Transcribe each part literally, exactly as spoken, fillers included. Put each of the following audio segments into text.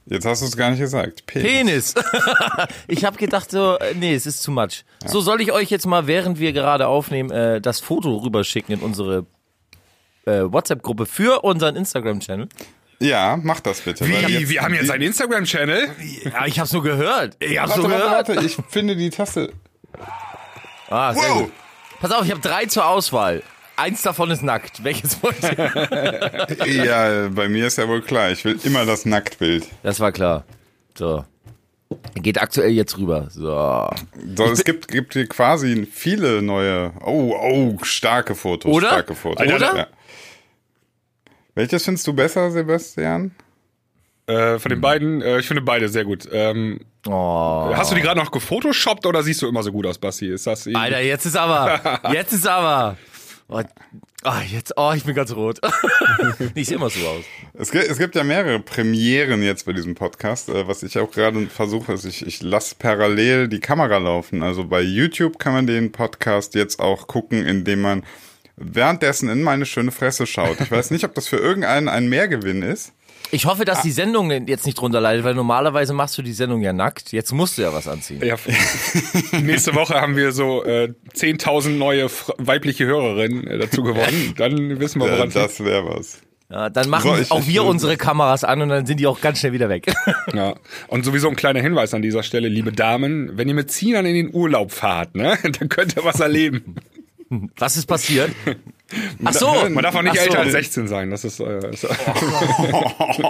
Jetzt hast du es gar nicht gesagt. Penis. Penis. Ich habe gedacht so, nee, es ist too much. Ja. So, soll ich euch jetzt mal, während wir gerade aufnehmen, äh, das Foto rüberschicken in unsere äh, WhatsApp-Gruppe für unseren Instagram-Channel? Ja, mach das bitte. Wie? Jetzt, wir haben jetzt einen Instagram-Channel? Ja, ich hab's nur gehört. Ich hab's warte, nur warte, gehört. warte, ich finde die Tasse. Ah, sehr wow. gut. Pass auf, ich habe drei zur Auswahl. Eins davon ist nackt. Welches wollt ihr? Ja, bei mir ist ja wohl klar. Ich will immer das Nacktbild. Das war klar. So. Geht aktuell jetzt rüber. So. So, es gibt, gibt hier quasi viele neue, oh, oh, starke Fotos. Oder? Starke Fotos. Oder? Ja. Welches findest du besser, Sebastian? Äh, von den beiden, äh, ich finde beide sehr gut. Ähm, oh. Hast du die gerade noch gefotoshoppt oder siehst du immer so gut aus, Basti? Ist das Alter, jetzt ist aber, jetzt ist aber. Oh, oh, jetzt, oh, ich bin ganz rot. Ich sehe immer so aus. Es gibt, es gibt ja mehrere Premieren jetzt bei diesem Podcast. Was ich auch gerade versuche, ist, ich, ich lasse parallel die Kamera laufen. Also bei YouTube kann man den Podcast jetzt auch gucken, indem man währenddessen in meine schöne Fresse schaut. Ich weiß nicht, ob das für irgendeinen ein Mehrgewinn ist. Ich hoffe, dass die Sendung jetzt nicht drunter leidet, weil normalerweise machst du die Sendung ja nackt. Jetzt musst du ja was anziehen. Ja, nächste Woche haben wir so äh, zehntausend neue weibliche Hörerinnen äh, dazu gewonnen. Dann wissen wir, woran äh, das wäre was. Ja, dann machen so, ich, auch ich, wir ich, unsere Kameras an und dann sind die auch ganz schnell wieder weg. Ja. Und sowieso ein kleiner Hinweis an dieser Stelle, liebe Damen, wenn ihr mit Ziehern in den Urlaub fahrt, ne, dann könnt ihr was erleben. Was ist passiert? Ach so. Man darf auch nicht Ach so. älter als sechzehn sein. Das ist. Äh, ist oh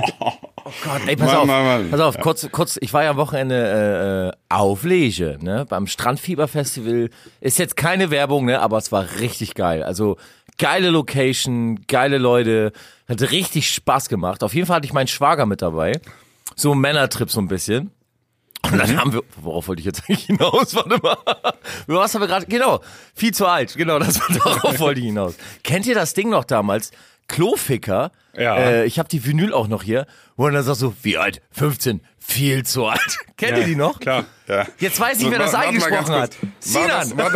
Gott, ey, pass Mann, auf. Mann, Mann. Pass auf, Ja. kurz, kurz. Ich war ja am Wochenende äh, auf Lege, ne, beim Strandfieberfestival. Ist jetzt keine Werbung, ne, aber es war richtig geil. Also geile Location, geile Leute, hat richtig Spaß gemacht. Auf jeden Fall hatte ich meinen Schwager mit dabei. So ein Männertrip so ein bisschen. Und dann haben wir, worauf wollte ich jetzt eigentlich hinaus? Warte mal. Was haben wir gerade? Genau, viel zu alt. Genau, das darauf wollte ich hinaus. Kennt ihr das Ding noch damals? Kloficker. Ja. Äh, ich habe die Vinyl auch noch hier. Wo dann sagst du, wie alt? fünfzehn. Viel zu alt. Kennt Ja, ihr die noch? Klar. Ja. Jetzt weiß ich, So, wer das warte mal eingesprochen ganz hat. kurz. War das, Sinan. war,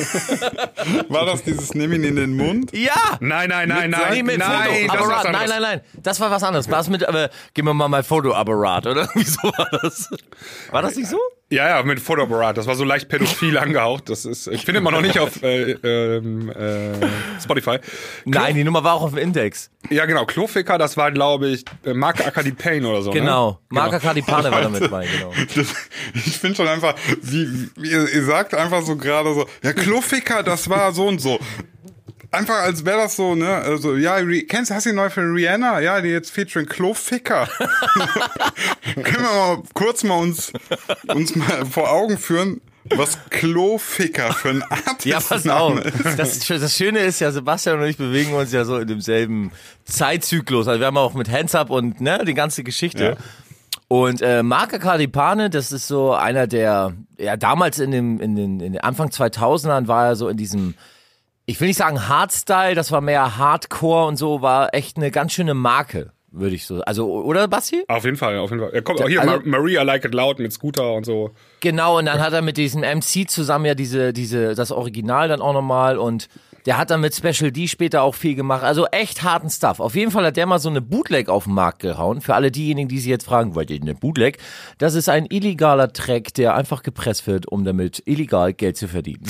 das, war das dieses Nimm ihn in den Mund? Ja. Nein, nein, nein, Mit nein, Nee, mit nein, Foto. das ist was Apparat. Nein, anderes. nein, nein. Das war was anderes. War es mit, aber gib mir mal mein Fotoapparat, oder? Wieso war das? War das nicht so? Ja, ja, mit Fotoapparat. Das war so leicht pädophil angehaucht. Das ist, ich finde man noch nicht auf äh, ähm, äh, Spotify. Nein, die Nummer war auch auf dem Index. Ja, genau. Kloficker, das war, glaube ich, äh, Marke Acadie Payne oder so. Genau. Ne? Marca Cadipane war damit bei, genau. Das, ich finde schon einfach, wie, wie ihr, ihr sagt einfach so gerade so, ja, Kloficker, das war so und so. Einfach als wäre das so, ne, also, ja, Re- kennst du, hast du die neue für Rihanna? Ja, die jetzt featuring Kloficker. Können wir mal kurz mal uns, uns mal vor Augen führen, was Kloficker für ein Artist Ja, pass auf. Das, das Schöne ist ja, Sebastian und ich bewegen uns ja so in demselben Zeitzyklus. Also wir haben auch mit Hands Up und ne, die ganze Geschichte. Ja. Und äh, Marca Cadipane, das ist so einer der, ja damals in dem in den, in den Anfang zweitausendern war er so in diesem, ich will nicht sagen Hardstyle, das war mehr Hardcore und so, war echt eine ganz schöne Marke, würde ich so, also oder Basti? Auf jeden Fall, auf jeden Fall. Er kommt auch hier, Also- Ma- Maria Like It Loud mit Scooter und so. Genau, und dann hat er mit diesem M C zusammen ja diese, diese, das Original dann auch nochmal und der hat dann mit Special D später auch viel gemacht. Also echt harten Stuff. Auf jeden Fall hat der mal so eine Bootleg auf den Markt gehauen. Für alle diejenigen, die sich jetzt fragen, was ist eine Bootleg? Das ist ein illegaler Track, der einfach gepresst wird, um damit illegal Geld zu verdienen.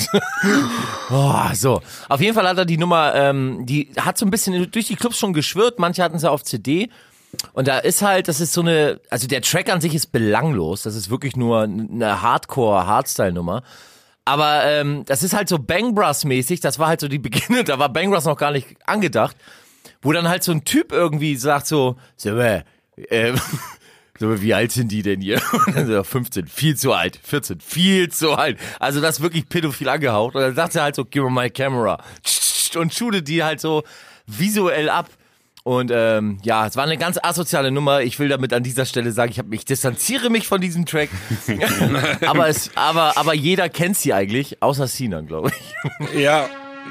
Oh, so. Auf jeden Fall hat er die Nummer, ähm, die hat so ein bisschen durch die Clubs schon geschwirrt. Manche hatten sie auf C D. Und da ist halt, das ist so eine, also der Track an sich ist belanglos. Das ist wirklich nur eine Hardcore-Hardstyle-Nummer. Aber ähm, das ist halt so Bang Bros mäßig, das war halt so die Beginne, da war Bang Bros noch gar nicht angedacht, wo dann halt so ein Typ irgendwie sagt so, so, äh, äh, so wie alt sind die denn hier? Und dann so, fünfzehn, viel zu alt, vierzehn, viel zu alt. Also das ist wirklich pädophil angehaucht. Und dann sagt er halt so, give me my camera. Und shootet die halt so visuell ab. Und ähm, ja, es war eine ganz asoziale Nummer. Ich will damit an dieser Stelle sagen, ich habe mich distanziere mich von diesem Track. aber es, aber aber jeder kennt sie eigentlich, außer Sinan, glaube ich. Ja.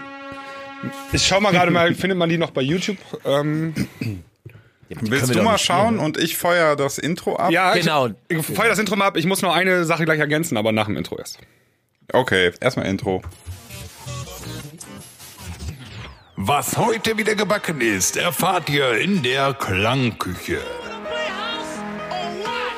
Ich schau mal gerade mal, findet man die noch bei YouTube? Ähm, Willst du mal schauen und ich feuer das Intro ab? ja, Genau. Ich, ich feuer das Intro mal ab. Ich muss noch eine Sache gleich ergänzen, aber nach dem Intro erst. Okay, erstmal Intro. Was heute wieder gebacken ist, erfahrt ihr in der Klangküche. Playhouse, alright.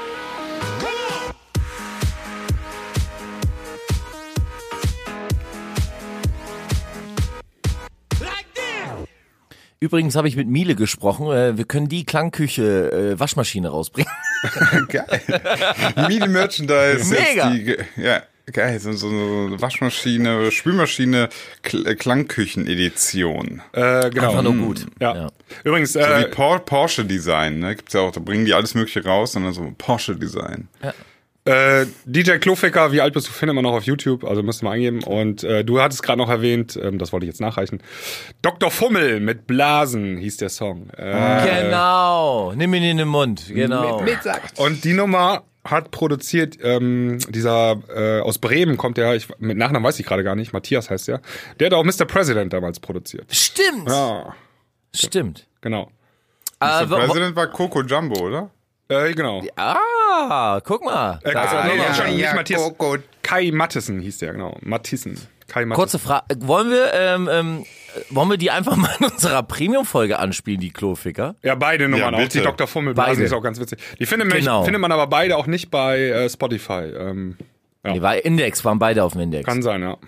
Übrigens habe ich mit Miele gesprochen. Äh, wir können die Klangküche äh, Waschmaschine rausbringen. Geil. Miele Merchandise. Mega. Die, ja, geil. So, so eine Waschmaschine, Spülmaschine, Kl- Klangküchen-Edition. Äh, genau. Einfach nur gut. Ja. Ja. Übrigens, So wie äh, Por- Porsche-Design, ne? Gibt's ja auch, da bringen die alles Mögliche raus und dann so Porsche-Design. Äh, D J Kloficker, wie alt bist du, findet man noch auf YouTube, also müsst ihr mal eingeben. Und äh, du hattest gerade noch erwähnt, ähm, das wollte ich jetzt nachreichen, Doktor Fummel mit Blasen hieß der Song. Äh, Genau. Nimm ihn in den Mund. Genau. Und die Nummer hat produziert, ähm, dieser äh, aus Bremen kommt der, ich, mit Nachnamen weiß ich gerade gar nicht, Matthias heißt der, der hat auch Mister President damals produziert. Stimmt. Ja, Stimmt. genau. Äh, Der wo- wo- Präsident war Coco Jumbo, oder? Äh, genau. ah, guck mal. Äh, Da ist ah, er nee, noch mal. schon nicht ja, Matthias. Coco. Kai Mattissen hieß der, genau. Mattissen. Kai Mattissen. Kurze Frage. Wollen wir, ähm, ähm, wollen wir die einfach mal in unserer Premium-Folge anspielen, die Kloficker? Ja, beide Nummern, Ja, auch bitte. die Doktor Fummel Beide. Blasen ist auch ganz witzig. Die findet, Genau. man, findet man aber beide auch nicht bei äh, Spotify. Ähm, ja. Nee, war Index, waren beide auf dem Index. Kann sein, ja.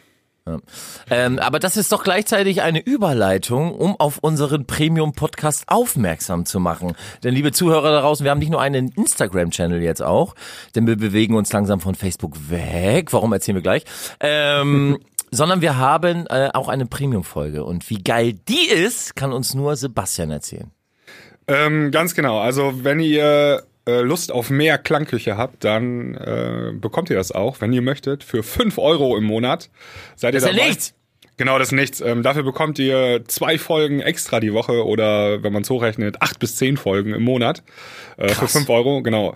Ähm, aber das ist doch gleichzeitig eine Überleitung, um auf unseren Premium-Podcast aufmerksam zu machen. Denn liebe Zuhörer da draußen, wir haben nicht nur einen Instagram-Channel jetzt auch, denn wir bewegen uns langsam von Facebook weg. Warum erzählen wir gleich? Ähm, sondern wir haben äh, auch eine Premium-Folge. Und wie geil die ist, kann uns nur Sebastian erzählen. Ähm, ganz genau. Also wenn ihr äh, Lust auf mehr Klangküche habt, dann äh, bekommt ihr das auch, wenn ihr möchtet, für fünf Euro im Monat. Seid ihr Das ist ja dabei? nichts. Genau, das ist nichts. Ähm, dafür bekommt ihr zwei Folgen extra die Woche oder, wenn man es hochrechnet, acht bis zehn Folgen im Monat äh, für fünf Euro. Genau.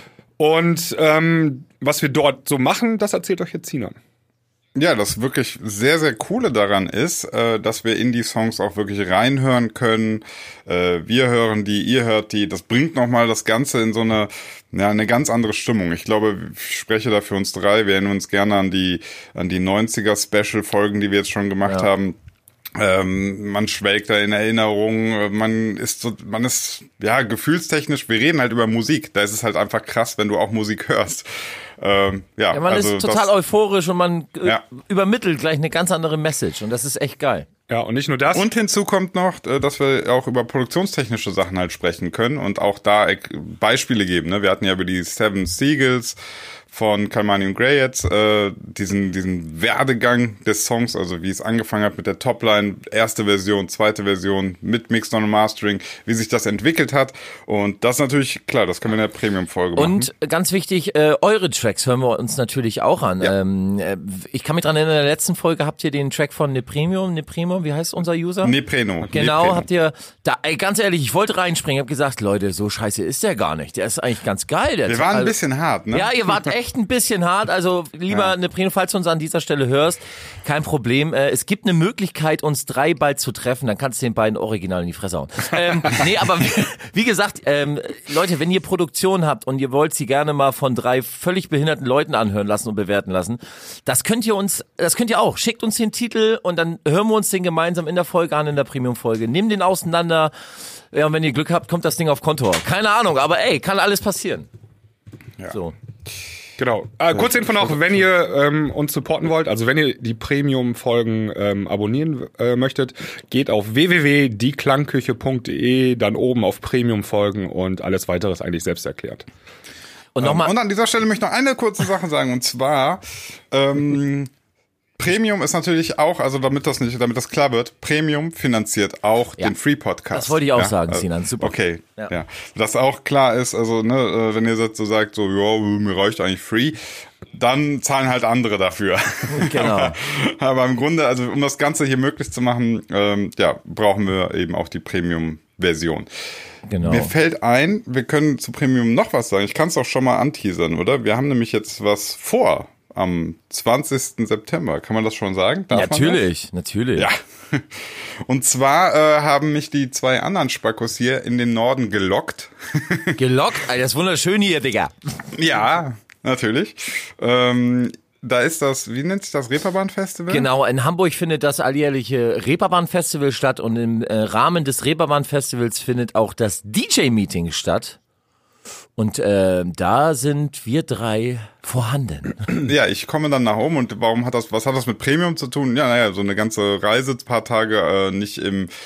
Und ähm, was wir dort so machen, das erzählt euch jetzt Sinan. Ja, das wirklich sehr, sehr Coole daran ist, äh, dass wir in die Songs auch wirklich reinhören können. Äh, wir hören die, ihr hört die. Das bringt nochmal das Ganze in so eine, ja, eine ganz andere Stimmung. Ich glaube, ich spreche da für uns drei. Wir erinnern uns gerne an die, an die neunziger-Special-Folgen, die wir jetzt schon gemacht Ja. haben. Ähm, man schwelgt da in Erinnerungen, man ist so, man ist, ja, gefühlstechnisch, wir reden halt über Musik. Da ist es halt einfach krass, wenn du auch Musik hörst. Ähm, ja, Ja, man also ist total das, euphorisch und man äh, Ja. übermittelt gleich eine ganz andere Message. Und das ist echt geil. Ja, und nicht nur das. Und hinzu kommt noch, äh, dass wir auch über produktionstechnische Sachen halt sprechen können und auch da äh, Beispiele geben. Ne? Wir hatten ja über die Seven Seagulls von Kalmani und Gray jetzt äh, diesen diesen Werdegang des Songs, also wie es angefangen hat mit der Topline, erste Version, zweite Version, mit Mixdown und Mastering, wie sich das entwickelt hat. Und das natürlich, klar, das können wir in der Premium-Folge machen. Und ganz wichtig, äh, eure Tracks hören wir uns natürlich auch an. Ja. Ähm, äh, ich kann mich dran erinnern, in der letzten Folge habt ihr den Track von Nepremium, Neprimo, wie heißt unser User? Nepreno. Genau, Nepreno. habt ihr, da, ey, ganz ehrlich, ich wollte reinspringen, hab gesagt, Leute, so scheiße ist der gar nicht. Der ist eigentlich ganz geil. Der Wir waren ein also, bisschen hart, ne? Ja, ihr wart echt ein bisschen hart, also lieber Ja. Nepreno, falls du uns an dieser Stelle hörst, kein Problem. Äh, es gibt eine Möglichkeit, uns drei bald zu treffen, dann kannst du den beiden original in die Fresse hauen. Ähm, nee, aber wie, wie gesagt, ähm, Leute, wenn ihr Produktion habt und ihr wollt sie gerne mal von drei völlig behinderten Leuten anhören lassen und bewerten lassen, das könnt ihr uns, das könnt ihr auch. Schickt uns den Titel und dann hören wir uns den gemeinsam in der Folge an, in der Premium-Folge. Nehmt den auseinander. Ja, und wenn ihr Glück habt, kommt das Ding auf Kontor. Keine Ahnung, aber ey, kann alles passieren. Ja. So. Genau. Äh, kurz Info noch, wenn ihr ähm, uns supporten wollt, also wenn ihr die Premium-Folgen ähm, abonnieren äh, möchtet, geht auf w w w punkt die klangküche punkt d e, dann oben auf Premium-Folgen und alles weitere ist eigentlich selbst erklärt. Und nochmal. Und an dieser Stelle möchte ich noch eine kurze Sache sagen, und zwar, ähm, Premium ist natürlich auch, also damit das nicht, damit das klar wird, Premium finanziert auch Ja. den Free Podcast. Das wollte ich auch ja? sagen, also, Sinan, super. Okay, Ja. ja. Dass auch klar ist, also ne, äh, wenn ihr jetzt so sagt, so ja, mir reicht eigentlich Free, dann zahlen halt andere dafür. Genau. aber, aber im Grunde, also um das Ganze hier möglich zu machen, ähm, ja, brauchen wir eben auch die Premium-Version. Genau. Mir fällt ein, wir können zu Premium noch was sagen. Ich kann es auch schon mal anteasern, oder? Wir haben nämlich jetzt was vor am zwanzigsten September. Kann man das schon sagen? Darf man Natürlich, natürlich. das? Ja. Und zwar äh, haben mich die zwei anderen Spackos hier in den Norden gelockt. Gelockt, Alter, das ist wunderschön hier, Digga. Ja, natürlich. Ähm, da ist das, wie nennt sich das, Reeperbahn-Festival? Genau, in Hamburg findet das alljährliche Reeperbahn-Festival statt und im äh, Rahmen des Reeperbahn-Festivals findet auch das D J-Meeting statt. Und äh, da sind wir drei vorhanden. Ja, ich komme dann nach oben und warum hat das, was hat das mit Premium zu tun? Ja, naja, so eine ganze Reise, paar Tage äh, nicht im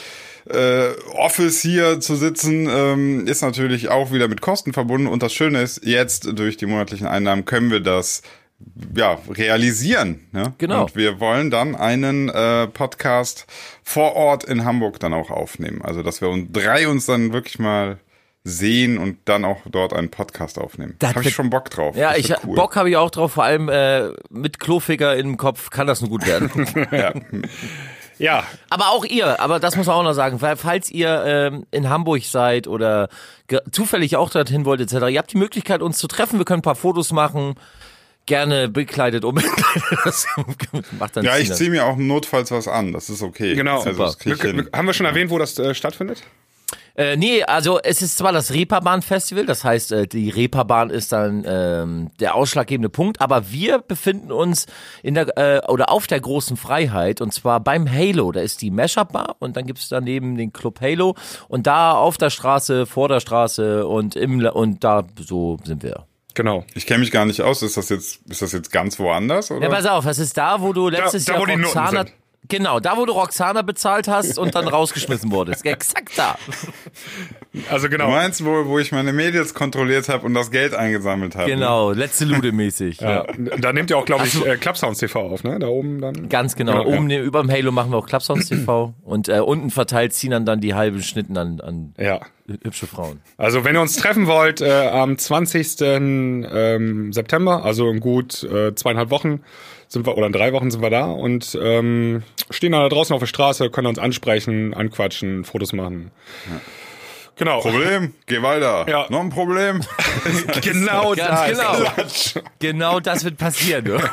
äh, Office hier zu sitzen, ähm, ist natürlich auch wieder mit Kosten verbunden. Und das Schöne ist, jetzt durch die monatlichen Einnahmen können wir das ja realisieren. Ne? Genau. Und wir wollen dann einen äh, Podcast vor Ort in Hamburg dann auch aufnehmen. Also dass wir uns drei uns dann wirklich mal sehen und dann auch dort einen Podcast aufnehmen. Da habe ich schon Bock drauf. Ja, das ich cool. Bock habe ich auch drauf, vor allem äh, mit Kloficker im Kopf kann das nur gut werden. ja. Ja. Aber auch ihr, aber das muss man auch noch sagen, weil falls ihr ähm, in Hamburg seid oder ge- zufällig auch dorthin wollt et cetera, ihr habt die Möglichkeit, uns zu treffen, wir können ein paar Fotos machen, gerne bekleidet, unbekleidet, das macht dann Ja, Sinn. ich ziehe mir auch notfalls was an, das ist okay. Genau. Also, das krieg ich Wir, hin. wir, haben wir schon erwähnt, wo das äh, stattfindet? Äh, nee, also es ist zwar das Reeperbahn-Festival, das heißt, äh, die Reeperbahn ist dann ähm, der ausschlaggebende Punkt, aber wir befinden uns in der äh, oder auf der großen Freiheit und zwar beim Halo. Da ist die Mashup-Bar und dann gibt's daneben den Club Halo und da auf der Straße, vor der Straße und im La- und da so sind wir. Genau. Ich kenne mich gar nicht aus. Ist das jetzt, ist das jetzt ganz woanders? Oder? Ja, pass auf, das ist da, wo du letztes da, Jahr wo die Noten Roxana... sind. Genau, da wo du Roxana bezahlt hast und dann rausgeschmissen wurdest. Exakt da. Also Du genau. meinst wohl, wo ich meine Mädels kontrolliert habe und das Geld eingesammelt habe? Genau, letzte Lude mäßig. Ja. Da nehmt ihr auch, glaube ich, äh, Clubsounds T V auf, ne? Da oben dann. Ganz genau. Genau, Oben über dem Halo machen wir auch Clubsounds T V und äh, unten verteilt ziehen dann, dann die halben Schnitten an, an Ja. hübsche Frauen. Also wenn ihr uns treffen wollt, äh, am zwanzigsten Ähm, September, also in gut äh, zweieinhalb Wochen sind wir, oder in drei Wochen sind wir da und ähm, stehen dann da draußen auf der Straße, können uns ansprechen, anquatschen, Fotos machen. Ja. Genau. Problem? Geh weiter. Ja. Noch ein Problem? Genau Ganz das. genau. Genau das wird passieren. Du.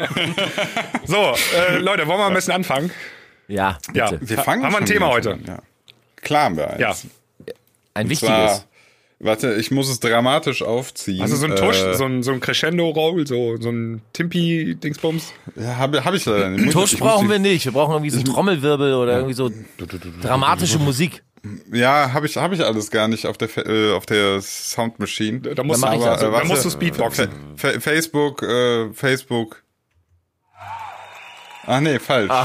So, äh, Leute, wollen wir ein bisschen anfangen? Ja, bitte. Ja. Wir fangen Haben wir ein schon Thema wieder heute? an, Ja. Klar haben wir eins. Ja. Ein Und wichtiges. zwar, warte, ich muss es dramatisch aufziehen. Also so ein Tusch, Äh, so ein, so ein Crescendo-Roll, so, so ein Timpi-Dingsbums. ja, habe hab ich leider nicht. Ich muss- Tusch ich muss brauchen die- wir nicht. Wir brauchen irgendwie so einen Trommelwirbel oder irgendwie so dramatische Musik. Ja, habe ich, hab ich alles gar nicht auf der, Fa- äh, auf der Sound Machine. Da musst, Dann mach du, ich das. da warte. musst du Speedboxen. Fa Fa Facebook, äh, Facebook. Ach nee, falsch. Ah.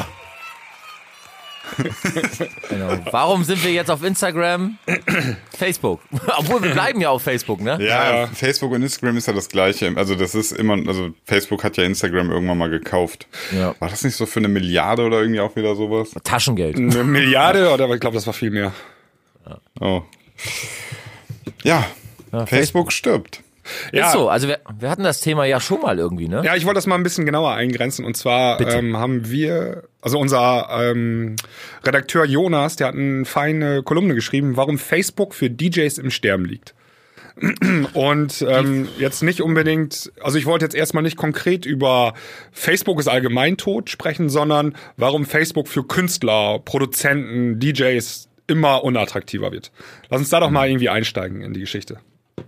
Genau. Warum sind wir jetzt auf Instagram? Facebook. Obwohl, wir bleiben ja auf Facebook, ne? Ja, Ja. Facebook und Instagram ist ja das Gleiche. Also das ist immer, also Facebook hat ja Instagram irgendwann mal gekauft. Ja. War das nicht so für eine Milliarde oder irgendwie auch wieder sowas? Taschengeld. Eine Milliarde, oder ich glaube, das war viel mehr. Oh. Ja, Facebook stirbt. Ja. Ist so, also wir, wir hatten das Thema ja schon mal irgendwie, ne? Ja, ich wollte das mal ein bisschen genauer eingrenzen. Und zwar ähm, haben wir, also unser ähm, Redakteur Jonas, der hat eine feine Kolumne geschrieben, warum Facebook für D Js im Sterben liegt. Und ähm, jetzt nicht unbedingt, also ich wollte jetzt erstmal nicht konkret über Facebook ist allgemein tot sprechen, sondern warum Facebook für Künstler, Produzenten, D Js immer unattraktiver wird. Lass uns da doch mal irgendwie einsteigen in die Geschichte.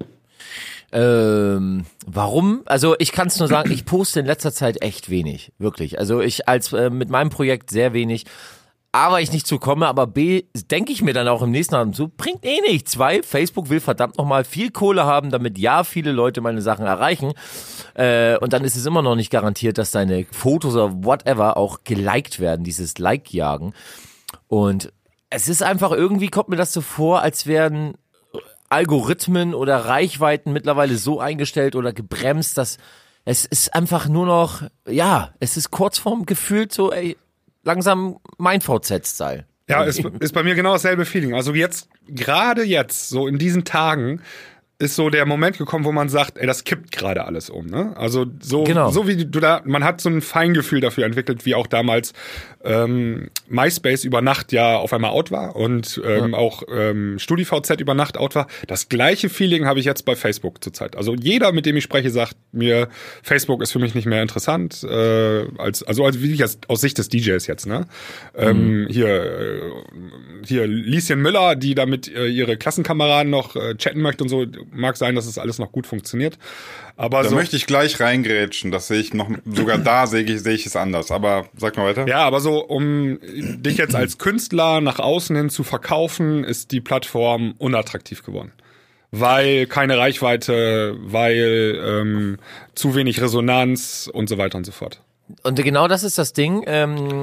Ähm, warum? Also ich kann es nur sagen, ich poste in letzter Zeit echt wenig, wirklich. Also ich als äh, mit meinem Projekt sehr wenig. A, weil ich nicht zukomme, aber B, denke ich mir dann auch im nächsten Atemzug, bringt eh nichts, weil Facebook will verdammt nochmal viel Kohle haben, damit ja viele Leute meine Sachen erreichen. Äh, und dann ist es immer noch nicht garantiert, dass deine Fotos oder whatever auch geliked werden, dieses Like-Jagen. Und es ist einfach, irgendwie kommt mir das so vor, als wären Algorithmen oder Reichweiten mittlerweile so eingestellt oder gebremst, dass es ist einfach nur noch, ja, es ist kurz vorm gefühlt so, ey, langsam mein V Z-Style. Ja, ist, ist bei mir genau dasselbe Feeling. Also jetzt, gerade jetzt, so in diesen Tagen, ist so der Moment gekommen, wo man sagt, ey, das kippt gerade alles um, ne? Also so, Genau. so wie du da, man hat so ein Feingefühl dafür entwickelt, wie auch damals ähm, MySpace über Nacht ja auf einmal out war und ähm, ja. auch ähm, StudiVZ über Nacht out war. Das gleiche Feeling habe ich jetzt bei Facebook zurzeit. Also jeder, mit dem ich spreche, sagt mir, Facebook ist für mich nicht mehr interessant, äh, als also als wie ich jetzt aus Sicht des D Js jetzt, ne? Ähm, mhm. Hier, äh, hier Lieschen Müller, die damit äh, ihre Klassenkameraden noch äh, chatten möchte und so. Mag sein, dass es alles noch gut funktioniert. Aber da so, möchte ich gleich reingrätschen. Das sehe ich noch, sogar da sehe ich, sehe ich es anders. Aber sag mal weiter. Ja, aber so, um dich jetzt als Künstler nach außen hin zu verkaufen, ist die Plattform unattraktiv geworden. Weil keine Reichweite, weil ähm, zu wenig Resonanz und so weiter und so fort. Und genau das ist das Ding. Ähm,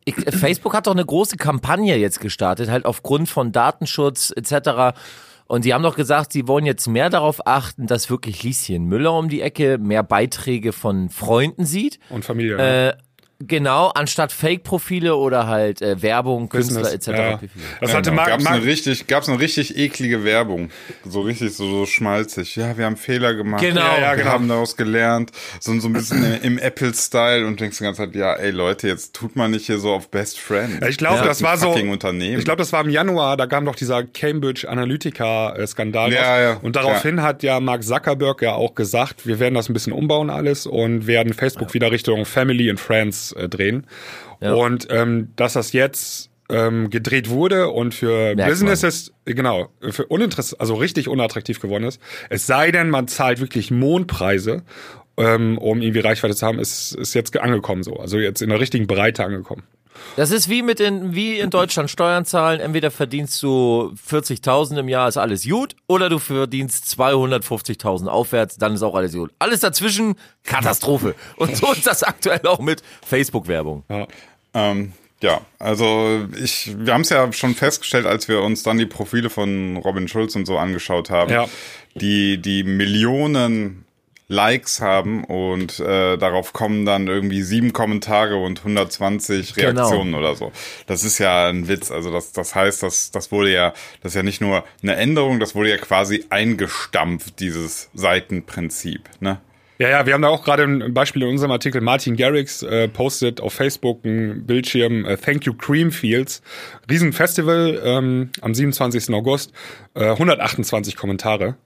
ich, Facebook hat doch eine große Kampagne jetzt gestartet, halt aufgrund von Datenschutz et cetera. Und die haben doch gesagt, sie wollen jetzt mehr darauf achten, dass wirklich Lieschen Müller um die Ecke mehr Beiträge von Freunden sieht. Und Familie. Äh, ne? Genau, anstatt Fake-Profile oder halt äh, Werbung, Künstler et cetera. Ja. Das Ja, hatte genau. Mark, Gab's Mark, eine richtig, gab's eine richtig eklige Werbung. So richtig so, so schmalzig. Ja, wir haben Fehler gemacht. Genau. Ja, Ja, wir genau. haben daraus gelernt. So, so ein bisschen im Apple-Style und denkst die ganze Zeit, ja, ey Leute, jetzt tut man nicht hier so auf Best Friend. Ja, ich glaube, Ja, das war so. fucking Unternehmen. Ich glaube, das war im Januar, da kam doch dieser Cambridge Analytica-Skandal Ja, raus. ja, Und daraufhin ja. hat ja Mark Zuckerberg ja auch gesagt, wir werden das ein bisschen umbauen alles und werden Facebook wieder Richtung Family and Friends äh, drehen. Ja. Und ähm, dass das jetzt ähm, gedreht wurde und für Merkt Businesses, äh, genau, für uninteressant, also richtig unattraktiv geworden ist. Es sei denn, man zahlt wirklich Mondpreise, ähm, um irgendwie Reichweite zu haben, ist, ist jetzt angekommen so. Also jetzt in der richtigen Breite angekommen. Das ist wie mit in, wie in Deutschland Steuern zahlen. Entweder verdienst du vierzigtausend im Jahr, ist alles gut, oder du verdienst zweihundertfünfzigtausend aufwärts, dann ist auch alles gut. Alles dazwischen, Katastrophe. Und so ist das aktuell auch mit Facebook-Werbung. Ja. Ähm, ja, also ich, wir haben es ja schon festgestellt, als wir uns dann die Profile von Robin Schulz und so angeschaut haben, Ja. die die Millionen Likes haben und äh, darauf kommen dann irgendwie sieben Kommentare und hundertzwanzig Reaktionen Genau. oder so. Das ist ja ein Witz. Also das das heißt, das das wurde ja, das ist ja nicht nur eine Änderung, das wurde ja quasi eingestampft, dieses Seitenprinzip, ne? Ja, ja, wir haben da auch gerade ein Beispiel in unserem Artikel. Martin Garrix äh, postet auf Facebook einen Bildschirm äh, Thank You Creamfields. Riesenfestival ähm, am siebenundzwanzigsten August. Äh, hundertachtundzwanzig Kommentare.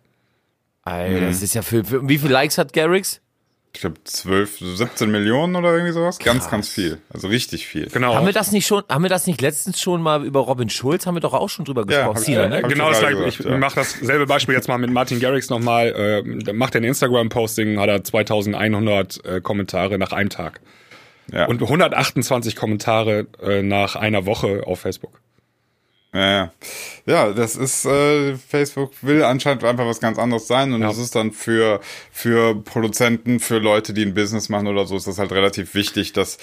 Alter, das ist ja für, für wie viele Likes hat Garrix? Ich glaube zwölf, siebzehn Millionen oder irgendwie sowas. Ganz, ganz viel. Also richtig viel. Genau. Haben wir das nicht schon, haben wir das nicht letztens schon mal über Robin Schulz, haben wir doch auch schon drüber gesprochen. hab ich- Sina, äh, ne? hab ich Genau, doch das gerade gleiche. Ich gesagt, ja. mache dasselbe Beispiel jetzt mal mit Martin Garrix nochmal. Äh, der macht ein Instagram-Posting, hat er zweitausendeinhundert äh, Kommentare nach einem Tag. Ja. Und hundertachtundzwanzig Kommentare äh, nach einer Woche auf Facebook. Ja, ja. ja, das ist, äh, Facebook will anscheinend einfach was ganz anderes sein und Ja. das ist dann für, für Produzenten, für Leute, die ein Business machen oder so, ist das halt relativ wichtig, das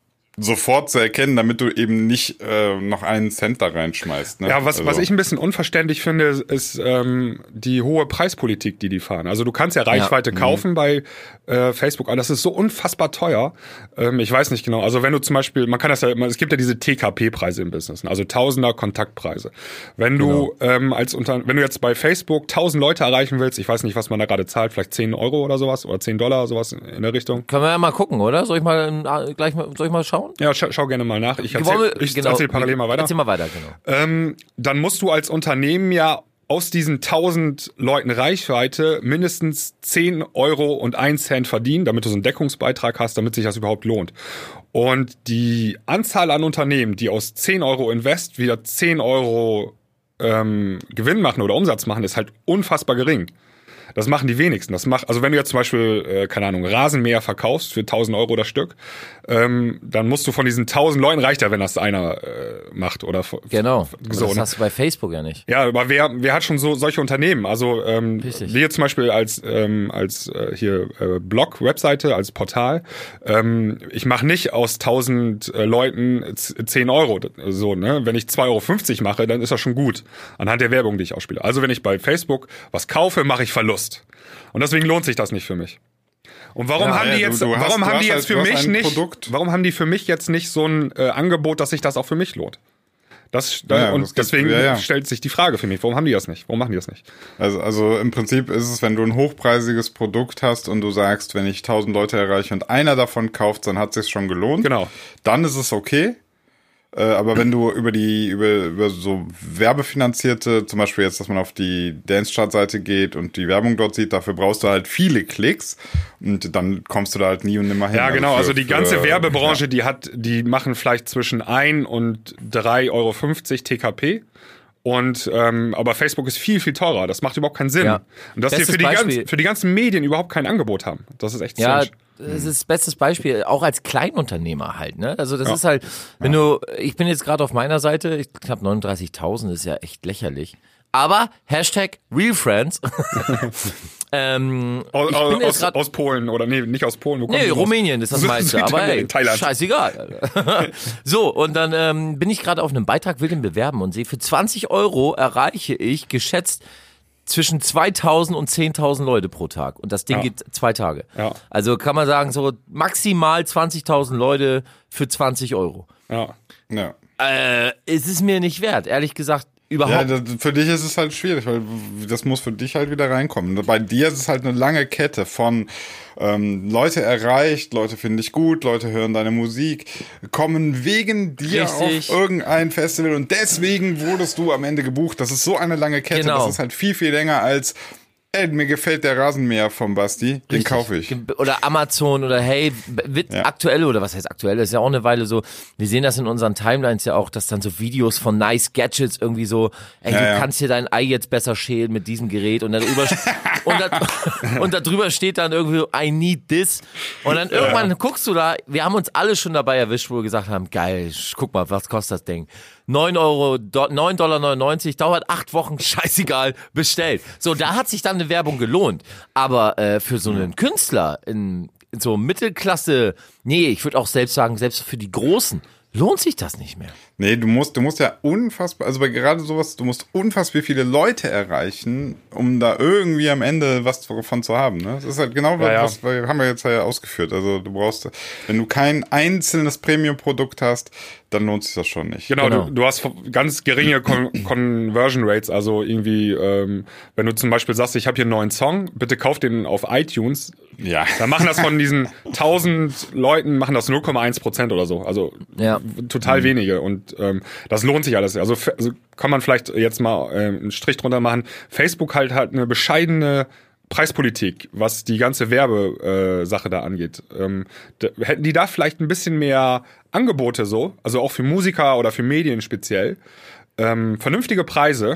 sofort zu erkennen, damit du eben nicht äh, noch einen Cent da reinschmeißt. Ne? Ja, was, also, was ich ein bisschen unverständlich finde, ist ähm, die hohe Preispolitik, die die fahren. Also du kannst ja Reichweite kaufen bei äh, Facebook, aber das ist so unfassbar teuer. Ähm, ich weiß nicht genau. Also wenn du zum Beispiel, man kann das ja, es gibt ja diese T K P-Preise im Business, also Tausender Kontaktpreise. Wenn du ähm, als unter, wenn du jetzt bei Facebook tausend Leute erreichen willst, ich weiß nicht, was man da gerade zahlt, vielleicht zehn Euro oder sowas oder zehn Dollar, sowas in der Richtung. Können wir ja mal gucken, oder? Soll ich mal äh, gleich mal, soll ich mal schauen? Ja, schau, schau gerne mal nach. Ich Wollen erzähl, wir- ich genau. erzähl parallel mal weiter. Erzähl mal weiter, genau. Ähm, dann musst du als Unternehmen ja aus diesen tausend Leuten Reichweite mindestens zehn Euro und ein Cent verdienen, damit du so einen Deckungsbeitrag hast, damit sich das überhaupt lohnt. Und die Anzahl an Unternehmen, die aus zehn Euro Invest wieder zehn Euro ähm, Gewinn machen oder Umsatz machen, ist halt unfassbar gering. Das machen die wenigsten. Das macht, also wenn du jetzt zum Beispiel, äh, keine Ahnung, Rasenmäher verkaufst für tausend Euro das Stück, ähm, dann musst du von diesen tausend Leuten, reicht ja, wenn das einer äh, macht oder f- Genau. f- Aber so, das ne? hast du bei Facebook ja nicht. Ja, aber wer, wer hat schon so solche Unternehmen? Also ähm, Richtig. wir zum Beispiel als ähm, als äh, hier äh, Blog, Webseite, als Portal. Ähm, ich mache nicht aus tausend äh, Leuten z- zehn Euro. So, ne? Wenn ich zwei Euro fünfzig mache, dann ist das schon gut anhand der Werbung, die ich ausspiele. Also wenn ich bei Facebook was kaufe, mache ich Verlust. Und deswegen lohnt sich das nicht für mich. Und warum Ja, haben ja, die du- jetzt, du hast- warum du haben hast die halt- jetzt du für hast mich ein nicht, Produkt. warum haben die für mich jetzt nicht so ein äh, Angebot, dass sich das auch für mich lohnt? Das, Ja, ja, und das gibt- deswegen ja, ja. stellt sich die Frage für mich, warum haben die das nicht? Warum machen die das nicht? Also, also im Prinzip ist es, wenn du ein hochpreisiges Produkt hast und du sagst, wenn ich tausend Leute erreiche und einer davon kauft, dann hat es sich schon gelohnt. Genau. Dann ist es okay. Äh, aber wenn du über die, über, über so werbefinanzierte, zum Beispiel jetzt, dass man auf die Dance-Chart-Seite geht und die Werbung dort sieht, dafür brauchst du halt viele Klicks und dann kommst du da halt nie und nimmer hin. Ja, genau. für- Also die für- ganze Werbebranche, ja. die hat, die machen vielleicht zwischen ein und drei Euro fünfzig T K P. Und ähm, aber Facebook ist viel, viel teurer. Das macht überhaupt keinen Sinn. Ja. Und dass sie Bestes für die, Beispiel. ganzen, für die ganzen Medien überhaupt kein Angebot haben. Das ist echt Ja, strange. das ist das bestes Beispiel, auch als Kleinunternehmer halt, ne? Also das ist halt, wenn du, ich bin jetzt gerade auf meiner Seite, ich knapp neununddreißigtausend, ist ja echt lächerlich. Aber Hashtag RealFriends. Ähm, Aus, ich bin aus, grad, aus Polen oder nee, nicht aus Polen. Wo kommen nee, die raus? Rumänien ist das meiste, aber ey, Thailand. scheißegal. So, und dann ähm, bin ich gerade auf einem Beitrag, will den bewerben und sehe, für zwanzig Euro erreiche ich geschätzt zwischen zweitausend und zehntausend Leute pro Tag. Und das Ding Ja. geht zwei Tage. Ja. Also kann man sagen, so maximal zwanzigtausend Leute für zwanzig Euro. Ja. Ja. Äh, es ist mir nicht wert, ehrlich gesagt, Ja, überhaupt. das, für dich ist es halt schwierig, weil das muss für dich halt wieder reinkommen. Bei dir ist es halt eine lange Kette von ähm, Leute erreicht, Leute finden dich gut, Leute hören deine Musik, kommen wegen dir Richtig. auf irgendein Festival und deswegen wurdest du am Ende gebucht. Das ist so eine lange Kette, Genau. das ist halt viel, viel länger als ey, mir gefällt der Rasenmäher vom Basti, den Richtig. kaufe ich. Oder Amazon oder hey, wird Ja. aktuell oder was heißt aktuell, das ist ja auch eine Weile so, wir sehen das in unseren Timelines ja auch, dass dann so Videos von nice Gadgets irgendwie so, ey, Ja, du ja. kannst hier dein Ei jetzt besser schälen mit diesem Gerät und dann über und, da, und da drüber steht dann irgendwie so, I need this und dann irgendwann guckst du da, wir haben uns alle schon dabei erwischt, wo wir gesagt haben, geil, guck mal, was kostet das Ding? neun Euro, neun Dollar neunundneunzig, dauert acht Wochen, scheißegal, bestellt. So, da hat sich dann eine Werbung gelohnt. Aber äh, für so einen Künstler in, in so Mittelklasse, nee, ich würde auch selbst sagen, selbst für die Großen, lohnt sich das nicht mehr. Nee, du musst, du musst ja unfassbar, also bei gerade sowas, du musst unfassbar viele Leute erreichen, um da irgendwie am Ende was davon zu haben. Ne? Das ist halt genau, Ja, ja. was wir haben wir jetzt ja ausgeführt. Also du brauchst, wenn du kein einzelnes Premium-Produkt hast, dann lohnt sich das schon nicht. Genau, Genau. Du, du hast ganz geringe Con Conversion Rates, also irgendwie, ähm, wenn du zum Beispiel sagst, ich habe hier einen neuen Song, bitte kauf den auf iTunes, Ja. dann machen das von diesen tausend Leuten, machen das null Komma eins Prozent oder so, also Ja. total wenige und ähm, das lohnt sich alles. Also, f- also kann man vielleicht jetzt mal ähm, einen Strich drunter machen. Facebook halt halt eine bescheidene Preispolitik, was die ganze Werbesache äh, Sache da angeht. Ähm, da, hätten die da vielleicht ein bisschen mehr Angebote so, also auch für Musiker oder für Medien speziell, ähm, vernünftige Preise,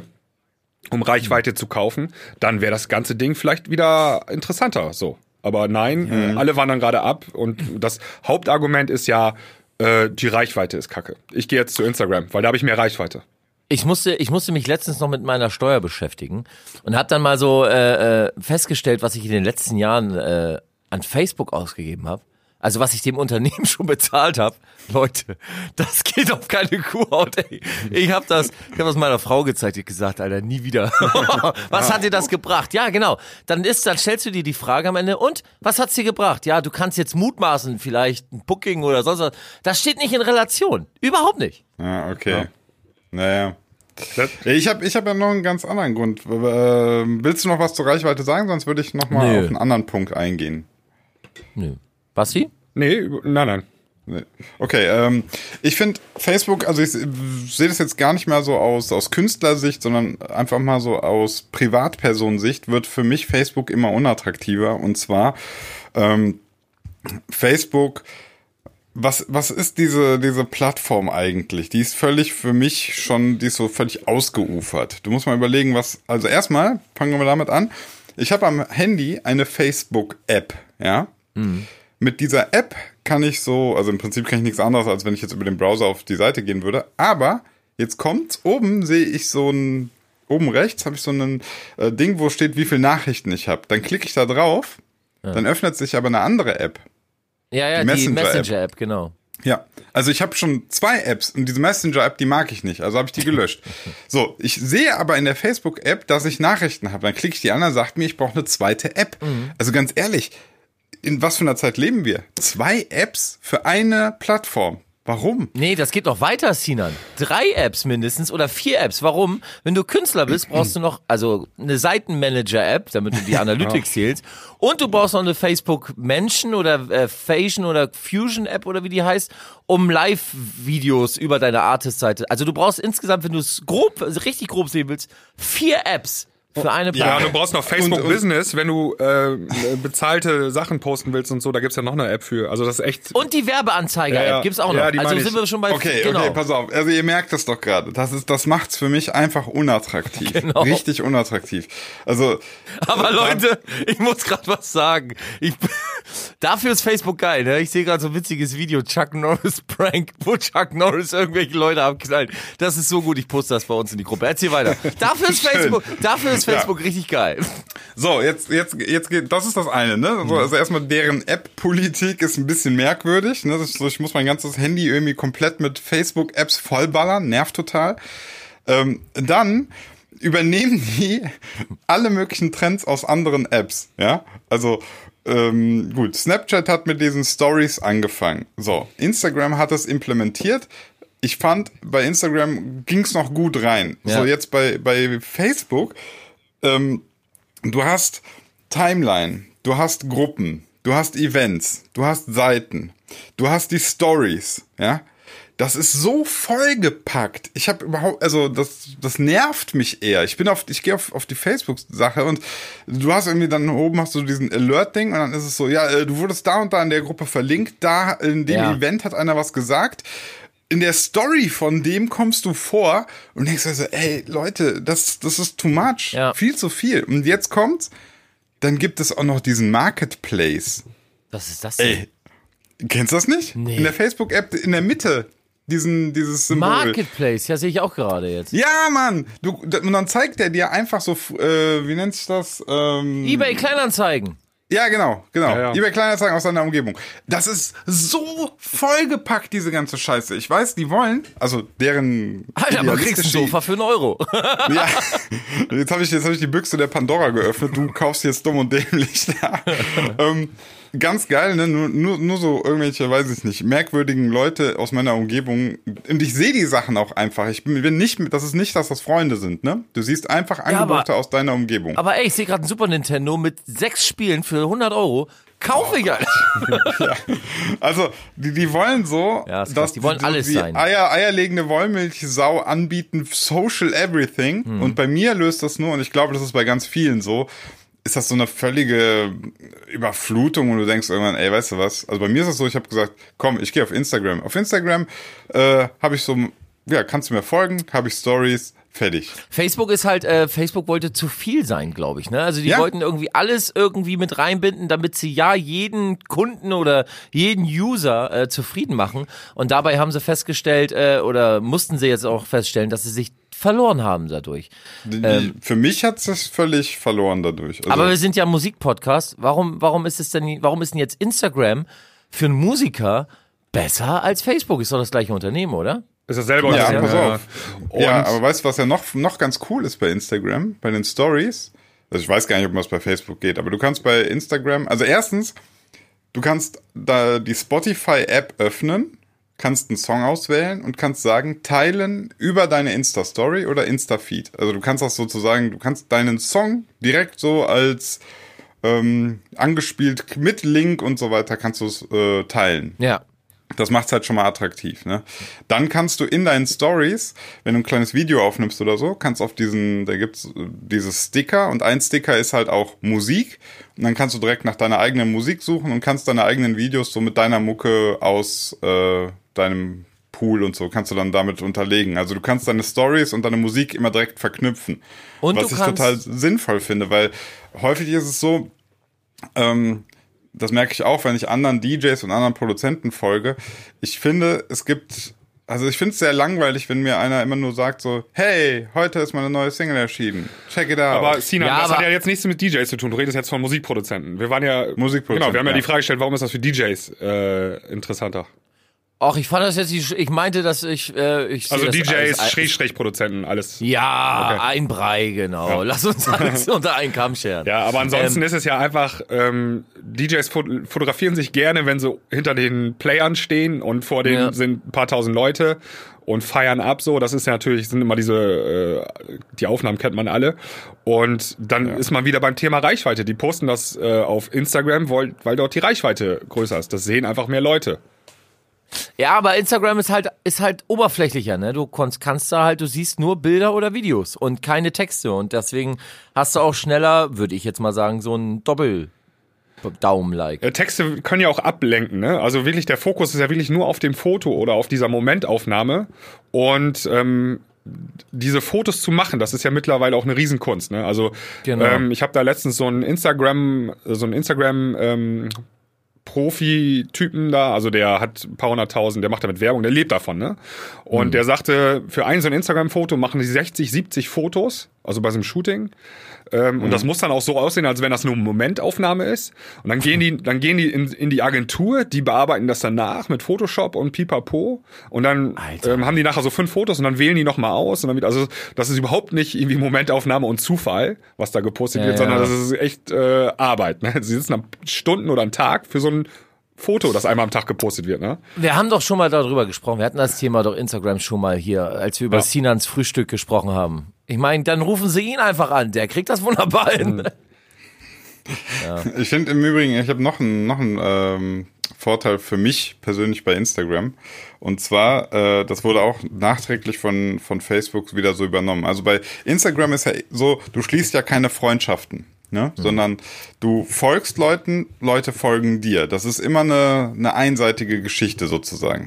um Reichweite zu kaufen, dann wäre das ganze Ding vielleicht wieder interessanter so. Aber nein, äh, alle wandern gerade ab und das Hauptargument ist ja, äh, die Reichweite ist kacke. Ich gehe jetzt zu Instagram, weil da habe ich mehr Reichweite. Ich musste, ich musste mich letztens noch mit meiner Steuer beschäftigen und habe dann mal so äh, äh, festgestellt, was ich in den letzten Jahren äh, an Facebook ausgegeben habe. Also was ich dem Unternehmen schon bezahlt habe. Leute, das geht auf keine Kuhhaut, ey. Ich habe das, ich habe das meiner Frau gezeigt, die hat gesagt, Alter, nie wieder. Was hat dir das gebracht? Ja, genau. Dann ist, dann stellst du dir die Frage am Ende, und was hat's dir gebracht? Ja, du kannst jetzt mutmaßen, vielleicht ein Booking oder sonst was. Das steht nicht in Relation. Überhaupt nicht. Ah, okay. Naja. Das, Ich habe ich hab ja noch einen ganz anderen Grund. Äh, willst du noch was zur Reichweite sagen? Sonst würde ich noch mal Nö. auf einen anderen Punkt eingehen. Nö. Basti? nee, nein, nein. Nee. Okay, ähm, ich finde Facebook, also ich sehe das jetzt gar nicht mehr so aus, aus Künstlersicht, sondern einfach mal so aus Privatpersonensicht wird für mich Facebook immer unattraktiver. Und zwar ähm, Facebook, was, was ist diese, diese Plattform eigentlich? Die ist völlig für mich schon, die ist so völlig ausgeufert. Du musst mal überlegen, was, also erstmal, fangen wir damit an. Ich habe am Handy eine Facebook-App, ja. Mhm. Mit dieser App kann ich so, also im Prinzip kann ich nichts anderes, als wenn ich jetzt über den Browser auf die Seite gehen würde. Aber jetzt kommt's, oben sehe ich so ein, oben rechts habe ich so ein äh, Ding, wo steht, wie viele Nachrichten ich habe. Dann klicke ich da drauf, ja. Dann öffnet sich aber eine andere App. Ja, ja, die die Messenger-App, Messenger-App, genau. Ja, also ich habe schon zwei Apps und diese Messenger-App, die mag ich nicht, also habe ich die gelöscht. So, ich sehe aber in der Facebook-App, dass ich Nachrichten habe. Dann klicke ich die an, dann sagt mir, ich brauche eine zweite App. Mhm. Also ganz ehrlich, in was für einer Zeit leben wir? Zwei Apps für eine Plattform. Warum? Nee, das geht noch weiter, Sinan. Drei Apps mindestens oder vier Apps. Warum? Wenn du Künstler bist, brauchst du noch also eine Seitenmanager-App, damit du die Analytics zählst. Und du brauchst noch eine Facebook-Menschen oder äh, Fusion oder Fusion-App oder wie die heißt, um Live-Videos über deine Artist-Seite. Also du brauchst insgesamt, wenn du es grob, also richtig grob sehen willst, vier Apps. Für eine Ja, Plattform. du brauchst noch Facebook Und- und- Business, wenn du äh, bezahlte Sachen posten willst und so, da gibt's ja noch eine App für. Also das ist echt. Und die Werbeanzeiger-App Ja, ja. gibt's auch noch. Ja, die also meine sind ich. wir schon bei... Okay, genau. okay, pass auf. Also ihr merkt das doch gerade. Das ist, das macht's für mich einfach unattraktiv. Genau. Richtig unattraktiv. Also Aber Leute, ich muss gerade was sagen. Ich, Dafür ist Facebook geil, ne? Ich sehe gerade so ein witziges Video, Chuck Norris Prank, wo Chuck Norris irgendwelche Leute abknallt. Das ist so gut, ich poste das bei uns in die Gruppe. Erzähl weiter. Dafür ist Facebook, dafür ist Facebook ja. richtig geil. So, jetzt, jetzt, jetzt geht, das ist das eine, ne? Also, also erstmal deren App-Politik ist ein bisschen merkwürdig, ne? Das, ich muss mein ganzes Handy irgendwie komplett mit Facebook-Apps vollballern, nervt total. Ähm, dann übernehmen die alle möglichen Trends aus anderen Apps, ja? Also, ähm, gut, Snapchat hat mit diesen Stories angefangen. So, Instagram hat das implementiert. Ich fand, bei Instagram ging's noch gut rein. Ja. So, jetzt bei, bei Facebook, ähm, du hast Timeline, du hast Gruppen, du hast Events, du hast Seiten, du hast die Stories, ja? Das ist so vollgepackt. Ich habe überhaupt, also das, das nervt mich eher. Ich bin auf, ich gehe auf, auf die Facebook-Sache und du hast irgendwie dann oben hast du diesen Alert-Ding und dann ist es so, ja, du wurdest da und da in der Gruppe verlinkt, da in dem ja. Event hat einer was gesagt. In der Story von dem kommst du vor und denkst also, ey, Leute, das, das ist too much. Ja. Viel zu viel. Und jetzt kommt's, dann gibt es auch noch diesen Marketplace. Was ist das denn? Ey, kennst du das nicht? Nee. In der Facebook-App in der Mitte. Diesen, dieses Symbol. Marketplace, ja, sehe ich auch gerade jetzt. Ja, Mann! Du, und dann zeigt er dir einfach so, äh, wie nennt sich das? Ähm, eBay Kleinanzeigen. Ja, genau, genau. Ja, ja. eBay Kleinanzeigen aus seiner Umgebung. Das ist so vollgepackt, diese ganze Scheiße. Ich weiß, die wollen, also deren... Alter, man kriegst ein Sofa für einen Euro. Ja, jetzt habe ich, jetzt hab ich die Büchse der Pandora geöffnet. Du kaufst jetzt dumm und dämlich da. ähm, Ganz geil, ne? Nur, nur, nur so irgendwelche, weiß ich nicht, merkwürdigen Leute aus meiner Umgebung. Und ich sehe die Sachen auch einfach. Ich bin, bin nicht, das ist nicht, dass das Freunde sind, ne? Du siehst einfach Angebote ja, aber, aus deiner Umgebung. Aber ey, ich sehe gerade ein Super Nintendo mit sechs Spielen für hundert Euro. Kaufe ich halt. Ja. Also, die, die wollen so, ja, ist dass die wollen die, alles die sein. Eier, eierlegende Wollmilchsau anbieten, social everything. Hm. Und bei mir löst das nur, und ich glaube, das ist bei ganz vielen so, ist das so eine völlige Überflutung und du denkst irgendwann, ey, weißt du was? Also bei mir ist es so, ich habe gesagt, komm, ich gehe auf Instagram. Auf Instagram äh, habe ich so, ja, kannst du mir folgen, habe ich Stories, fertig. Facebook ist halt, äh, Facebook wollte zu viel sein, glaube ich, ne? Also die ja. wollten irgendwie alles irgendwie mit reinbinden, damit sie ja jeden Kunden oder jeden User äh, zufrieden machen. Und dabei haben sie festgestellt, äh, oder mussten sie jetzt auch feststellen, dass sie sich verloren haben dadurch. Die, ähm, für mich hat es völlig verloren dadurch. Also aber wir sind ja ein Musikpodcast. Warum, warum ist es denn, warum ist denn jetzt Instagram für einen Musiker besser als Facebook? Ist doch das gleiche Unternehmen, oder? Ist dasselbe ja, Unternehmen. Pass auf. Und ja, aber weißt du, was ja noch, noch ganz cool ist bei Instagram, bei den Stories? Also ich weiß gar nicht, ob das bei Facebook geht, aber du kannst bei Instagram, also erstens, du kannst da die Spotify-App öffnen, kannst einen Song auswählen und kannst sagen, teilen über deine Insta-Story oder Insta-Feed. Also du kannst das sozusagen, du kannst deinen Song direkt so als ähm, angespielt mit Link und so weiter kannst du es äh, teilen. Ja. Das macht's halt schon mal attraktiv, ne? Dann kannst du in deinen Stories, wenn du ein kleines Video aufnimmst oder so, kannst auf diesen, da gibt's dieses Sticker und ein Sticker ist halt auch Musik und dann kannst du direkt nach deiner eigenen Musik suchen und kannst deine eigenen Videos so mit deiner Mucke aus äh, deinem Pool und so kannst du dann damit unterlegen. Also du kannst deine Stories und deine Musik immer direkt verknüpfen. Und was ich total sinnvoll finde, weil häufig ist es so, ähm, das merke ich auch, wenn ich anderen D Js und anderen Produzenten folge. Ich finde, es gibt, also ich finde es sehr langweilig, wenn mir einer immer nur sagt so, hey, heute ist meine neue Single erschienen. Check it out. Aber Sinan, ja, das aber hat ja jetzt nichts mit D Js zu tun. Du redest jetzt von Musikproduzenten. Wir waren ja, Musikproduzenten, genau, wir haben ja, ja die Frage gestellt, warum ist das für D Js äh, interessanter? Ach, ich fand das jetzt, ich, ich meinte, dass ich, äh, ich also D Js, Schrägstrich-Produzenten, alles. Ja, okay. Ein Brei, genau. Ja. Lass uns alles unter einen Kamm scheren. Ja, aber ansonsten ähm, ist es ja einfach, ähm, D Js fotografieren sich gerne, wenn sie hinter den Playern stehen und vor denen ja. sind ein paar tausend Leute und feiern ab so. Das ist ja natürlich, sind immer diese, äh, die Aufnahmen kennt man alle. Und dann ja. ist man wieder beim Thema Reichweite. Die posten das äh, auf Instagram, weil, weil dort die Reichweite größer ist. Das sehen einfach mehr Leute. Ja, aber Instagram ist halt ist halt oberflächlicher, ne? Du kannst, kannst da halt, du siehst nur Bilder oder Videos und keine Texte und deswegen hast du auch schneller, würde ich jetzt mal sagen, so ein Doppel Daumen-like. Texte können ja auch ablenken, ne? Also wirklich, der Fokus ist ja wirklich nur auf dem Foto oder auf dieser Momentaufnahme und ähm, diese Fotos zu machen, das ist ja mittlerweile auch eine Riesenkunst, ne? Also genau. ähm, ich habe da letztens so ein Instagram, so ein Instagram ähm, Profi-Typen da, also der hat ein paar hunderttausend, der macht damit Werbung, der lebt davon, ne? Und mhm. der sagte, für ein so ein Instagram-Foto machen die sechzig, siebzig Fotos, also bei so einem Shooting. Ähm, mhm. Und das muss dann auch so aussehen, als wenn das nur eine Momentaufnahme ist. Und dann gehen die, dann gehen die in, in die Agentur, die bearbeiten das danach mit Photoshop und Pipapo. Und dann ähm, haben die nachher so fünf Fotos und dann wählen die nochmal aus. Und dann wieder, also das ist überhaupt nicht irgendwie Momentaufnahme und Zufall, was da gepostet ja, wird, ja. sondern das ist echt äh, Arbeit. Ne? Sie sitzen dann Stunden oder einen Tag für so ein Foto, das einmal am Tag gepostet wird, ne? Wir haben doch schon mal darüber gesprochen. Wir hatten das Thema doch Instagram schon mal hier, als wir über ja. Sinans Frühstück gesprochen haben. Ich meine, dann rufen Sie ihn einfach an. Der kriegt das wunderbar hin. Mhm. Ja. Ich finde im Übrigen, ich habe noch einen noch einen, ähm, Vorteil für mich persönlich bei Instagram. Und zwar, äh, das wurde auch nachträglich von von Facebook wieder so übernommen. Also bei Instagram ist ja so, du schließt ja keine Freundschaften. Ne? Mhm. Sondern du folgst Leuten, Leute folgen dir. Das ist immer eine, eine einseitige Geschichte sozusagen.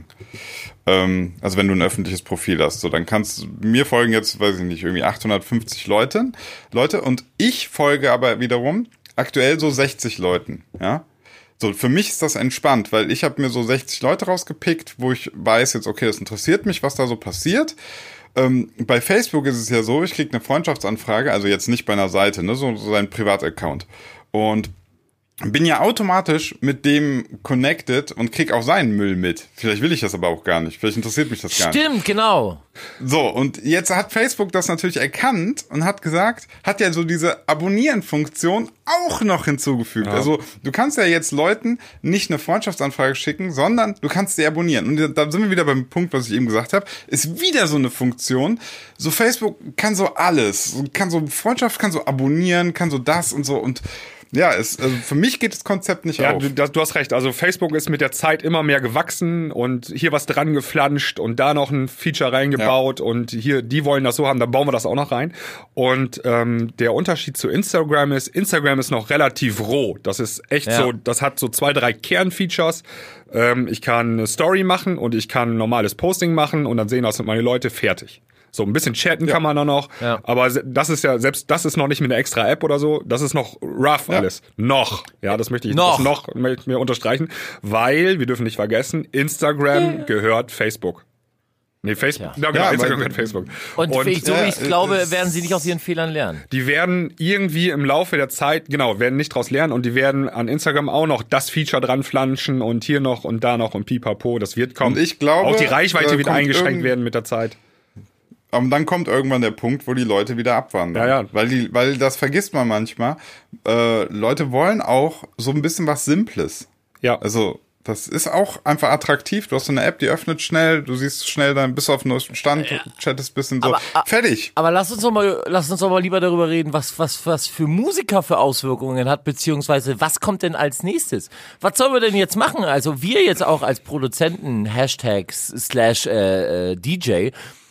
Ähm, also wenn du ein öffentliches Profil hast, so dann kannst mir folgen jetzt, weiß ich nicht, irgendwie achthundertfünfzig Leute, Leute und ich folge aber wiederum aktuell so sechzig Leuten, ja. So, für mich ist das entspannt, weil ich habe mir so sechzig Leute rausgepickt, wo ich weiß jetzt, okay, das interessiert mich, was da so passiert. Ähm, bei Facebook ist es ja so, ich kriege eine Freundschaftsanfrage, also jetzt nicht bei einer Seite, ne, so, so ein Privataccount. Und bin ja automatisch mit dem connected und krieg auch seinen Müll mit. Vielleicht will ich das aber auch gar nicht. Vielleicht interessiert mich das gar nicht. Stimmt, genau. So, und jetzt hat Facebook das natürlich erkannt und hat gesagt, hat ja so diese Abonnieren-Funktion auch noch hinzugefügt. Ja. Also du kannst ja jetzt Leuten nicht eine Freundschaftsanfrage schicken, sondern du kannst sie abonnieren. Und da sind wir wieder beim Punkt, was ich eben gesagt habe, ist wieder so eine Funktion. So Facebook kann so alles. Kann so Freundschaft, kann so abonnieren, kann so das und so und ja, es, also für mich geht das Konzept nicht ja, auf. Du, du hast recht. Also Facebook ist mit der Zeit immer mehr gewachsen und hier was dran geflanscht und da noch ein Feature reingebaut ja. und hier, die wollen das so haben, dann bauen wir das auch noch rein. Und ähm, der Unterschied zu Instagram ist, Instagram ist noch relativ roh. Das ist echt ja. so, das hat so zwei, drei Kernfeatures. Ähm, ich kann eine Story machen und ich kann ein normales Posting machen und dann sehen das meine Leute fertig. So, ein bisschen chatten ja. kann man auch noch, ja. aber das ist ja, selbst das ist noch nicht mit einer extra App oder so, das ist noch rough ja. alles. Noch. Ja, das möchte ich noch, das noch möchte ich mir unterstreichen, weil, wir dürfen nicht vergessen, Instagram ja. gehört Facebook. Nee, Facebook, ja, ja genau, ja, Instagram gehört Facebook. Und, und ich, so wie ich glaube, werden sie nicht aus ihren Fehlern lernen. Die werden irgendwie im Laufe der Zeit, genau, werden nicht draus lernen und die werden an Instagram auch noch das Feature dran flanschen und hier noch und da noch und pipapo, das wird kommen. Und ich glaube, auch die Reichweite wird eingeschränkt werden mit der Zeit. Aber dann kommt irgendwann der Punkt, wo die Leute wieder abwandern. Ja, ja. Weil die, weil das vergisst man manchmal. Äh, Leute wollen auch so ein bisschen was Simples. Ja. Also, das ist auch einfach attraktiv. Du hast so eine App, die öffnet schnell, du siehst schnell dann bis auf den neuesten Stand, ja. chattest ein bisschen so. Aber, fertig. Aber lass uns doch mal, lass uns doch mal lieber darüber reden, was, was, was für Musiker für Auswirkungen hat, beziehungsweise was kommt denn als nächstes? Was sollen wir denn jetzt machen? Also, wir jetzt auch als Produzenten, Hashtags, slash, äh, äh, D J,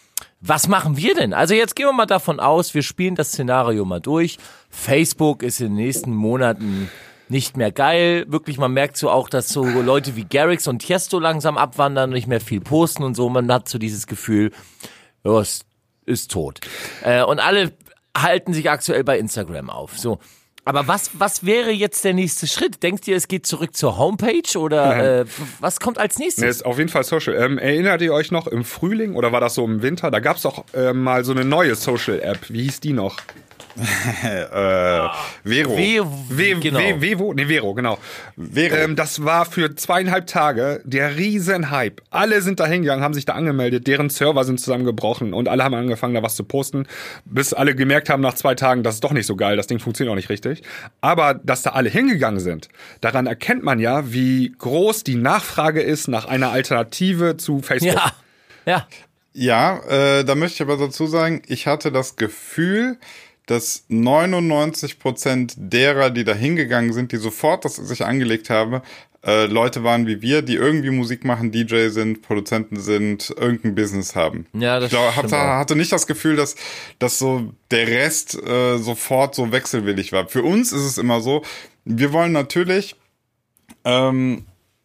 was machen wir denn? Also jetzt gehen wir mal davon aus, wir spielen das Szenario mal durch. Facebook ist in den nächsten Monaten nicht mehr geil. Wirklich, man merkt so auch, dass so Leute wie Garrix und Tiesto langsam abwandern, nicht mehr viel posten und so. Man hat so dieses Gefühl, ja, es ist tot. Äh, und alle halten sich aktuell bei Instagram auf. So. Aber was, was wäre jetzt der nächste Schritt? Denkst ihr, es geht zurück zur Homepage oder äh, was kommt als nächstes? Nee, ist auf jeden Fall Social. Ähm, erinnert ihr euch noch im Frühling oder war das so im Winter? Da gab's doch äh, mal so eine neue Social-App. Wie hieß die noch? äh, Vero. Ve- Ve- genau. Ve- Vevo? Nee, Vero, genau. Vero. Ähm, das war für zweieinhalb Tage der Riesenhype. Alle sind da hingegangen, haben sich da angemeldet, deren Server sind zusammengebrochen und alle haben angefangen, da was zu posten, bis alle gemerkt haben nach zwei Tagen, das ist doch nicht so geil, das Ding funktioniert auch nicht richtig. Aber dass da alle hingegangen sind, daran erkennt man ja, wie groß die Nachfrage ist nach einer Alternative zu Facebook. Ja, ja. Ja, äh, da möchte ich aber dazu sagen, ich hatte das Gefühl, dass neunundneunzig Prozent derer, die da hingegangen sind, die sofort das sich angelegt haben, äh, Leute waren wie wir, die irgendwie Musik machen, D J sind, Produzenten sind, irgendein Business haben. Ja, das ich glaube, stimmt hatte, auch. hatte nicht das Gefühl, dass, dass so der Rest äh, sofort so wechselwillig war. Für uns ist es immer so, wir wollen natürlich ähm,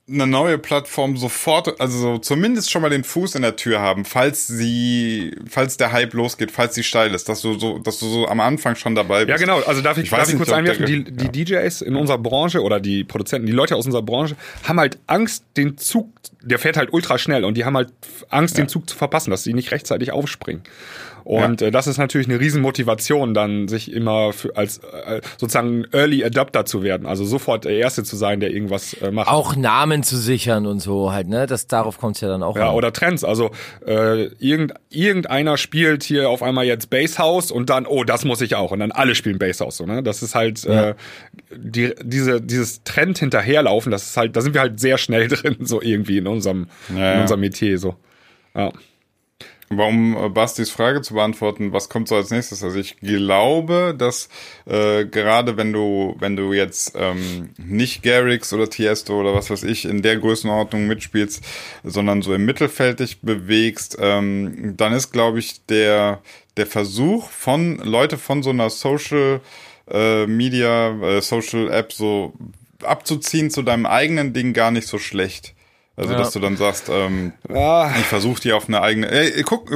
eine neue Plattform sofort, also so zumindest schon mal den Fuß in der Tür haben, falls sie, falls der Hype losgeht, falls sie steil ist, dass du so, dass du so am Anfang schon dabei bist. Ja, genau. Also darf ich, ich darf ich nicht, kurz einwerfen, die, die ja. D Js in unserer Branche oder die Produzenten, die Leute aus unserer Branche haben halt Angst, den Zug, der fährt halt ultra schnell und die haben halt Angst, ja. den Zug zu verpassen, dass sie nicht rechtzeitig aufspringen. Und ja. äh, das ist natürlich eine Riesenmotivation, dann sich immer für, als äh, sozusagen Early Adopter zu werden, also sofort der Erste zu sein, der irgendwas äh, macht. Auch Namen zu sichern und so halt, ne? Das, darauf kommt es ja dann auch Ja, an. oder Trends, also äh, irgend, irgendeiner spielt hier auf einmal jetzt Basshouse und dann, oh, das muss ich auch. Und dann alle spielen Basshouse, so, ne? Das ist halt ja. äh, die, diese, dieses Trend hinterherlaufen, das ist halt, da sind wir halt sehr schnell drin, so irgendwie in unserem, ja, in unserem Metier, so. Ja. Aber um äh, Bastis Frage zu beantworten, was kommt so als nächstes? Also ich glaube, dass äh, gerade wenn du wenn du jetzt ähm, nicht Garrix oder Tiesto oder was weiß ich in der Größenordnung mitspielst, sondern so im Mittelfeld dich bewegst, ähm, dann ist, glaube ich, der der Versuch von Leute von so einer Social äh, Media, äh, Social App so abzuziehen zu deinem eigenen Ding gar nicht so schlecht. Also, ja. dass du dann sagst, ähm, ja. ich versuche dir auf eine eigene... Ey, guck,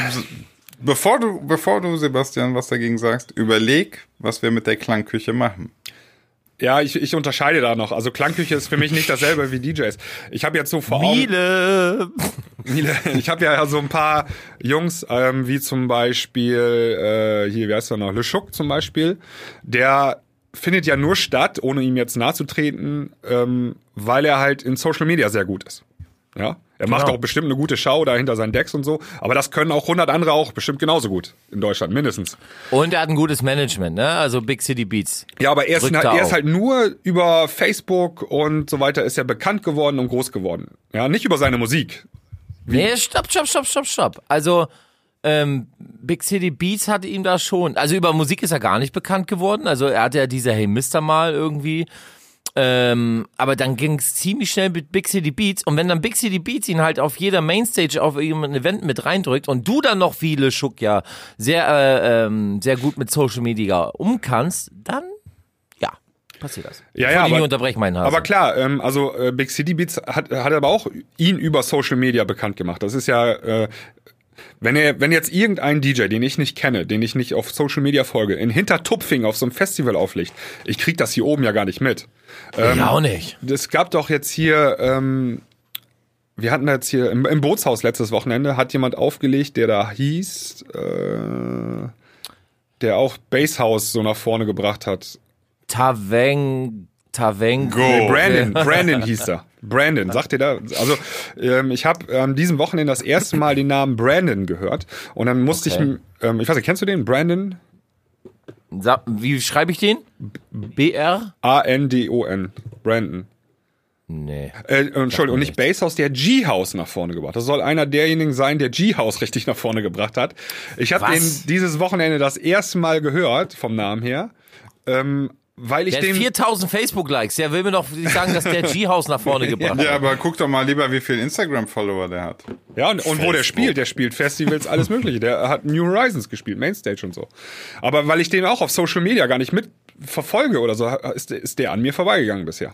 bevor du, bevor du, Sebastian, was dagegen sagst, überleg, was wir mit der Klangküche machen. Ja, ich, ich unterscheide da noch. Also Klangküche ist für mich nicht dasselbe wie D Js. Ich habe jetzt so vor Augen... Miele! Miele! Ich habe ja so ein paar Jungs, ähm, wie zum Beispiel, äh, hier, wie heißt der noch, Le Chouk zum Beispiel, der findet ja nur statt, ohne ihm jetzt nahe zu treten, ähm, weil er halt in Social Media sehr gut ist. Ja, er macht Genau. auch bestimmt eine gute Show da hinter seinen Decks und so, aber das können auch hundert andere auch bestimmt genauso gut in Deutschland, mindestens. Und er hat ein gutes Management, ne? Also Big City Beats. Ja, aber er ist, Rückt halt, da er ist auf. halt nur über Facebook und so weiter ist er bekannt geworden und groß geworden. Ja, nicht über seine Musik. Nee, stopp, stopp, stopp, stopp, stopp. Also, ähm, Big City Beats hatte ihm da schon, also über Musik ist er gar nicht bekannt geworden, also er hatte ja diese Hey Mister mal irgendwie, ähm, aber dann ging es ziemlich schnell mit Big City Beats und wenn dann Big City Beats ihn halt auf jeder Mainstage auf irgendeinem Event mit reindrückt und du dann noch viele Schuck ja sehr, äh, ähm, sehr gut mit Social Media um kannst, dann ja, passiert das. Ja, ich ja, aber, aber, nicht unterbrechen meinen Hasen. aber klar, ähm, also äh, Big City Beats hat, hat aber auch ihn über Social Media bekannt gemacht. Das ist ja, äh, wenn er, wenn jetzt irgendein D J, den ich nicht kenne, den ich nicht auf Social Media folge, in Hintertupfing auf so einem Festival auflegt, ich krieg das hier oben ja gar nicht mit. Ähm, ich auch nicht. Es gab doch jetzt hier, ähm, wir hatten jetzt hier im, im Bootshaus letztes Wochenende, hat jemand aufgelegt, der da hieß, äh, der auch Basshouse so nach vorne gebracht hat. Taveng, Tavengo. Nee, Brandon, Brandon hieß er. Brandon, sagt ihr da? Also ähm, ich habe an ähm, diesem Wochenende das erste Mal den Namen Brandon gehört und dann musste Okay. ich, ähm, ich weiß nicht, kennst du den? Brandon? Sa- Wie schreibe ich den? B R? A N D O N. Brandon. Nee. Äh, Entschuldigung, und nicht Basshouse, der G-House nach vorne gebracht. Das soll einer derjenigen sein, der G-House richtig nach vorne gebracht hat. Ich habe den Was? dieses Wochenende das erste Mal gehört, vom Namen her. Ähm, weil ich Der hat den... viertausend Facebook-Likes. Der will mir doch nicht sagen, dass der G-House nach vorne gebracht Ja, hat. aber guck doch mal lieber, wie viel Instagram-Follower der hat. Ja, und, und wo der spielt, der spielt Festivals, alles mögliche. Der hat New Horizons gespielt, Mainstage und so. Aber weil ich den auch auf Social Media gar nicht mitverfolge oder so, ist, der- ist der an mir vorbeigegangen bisher.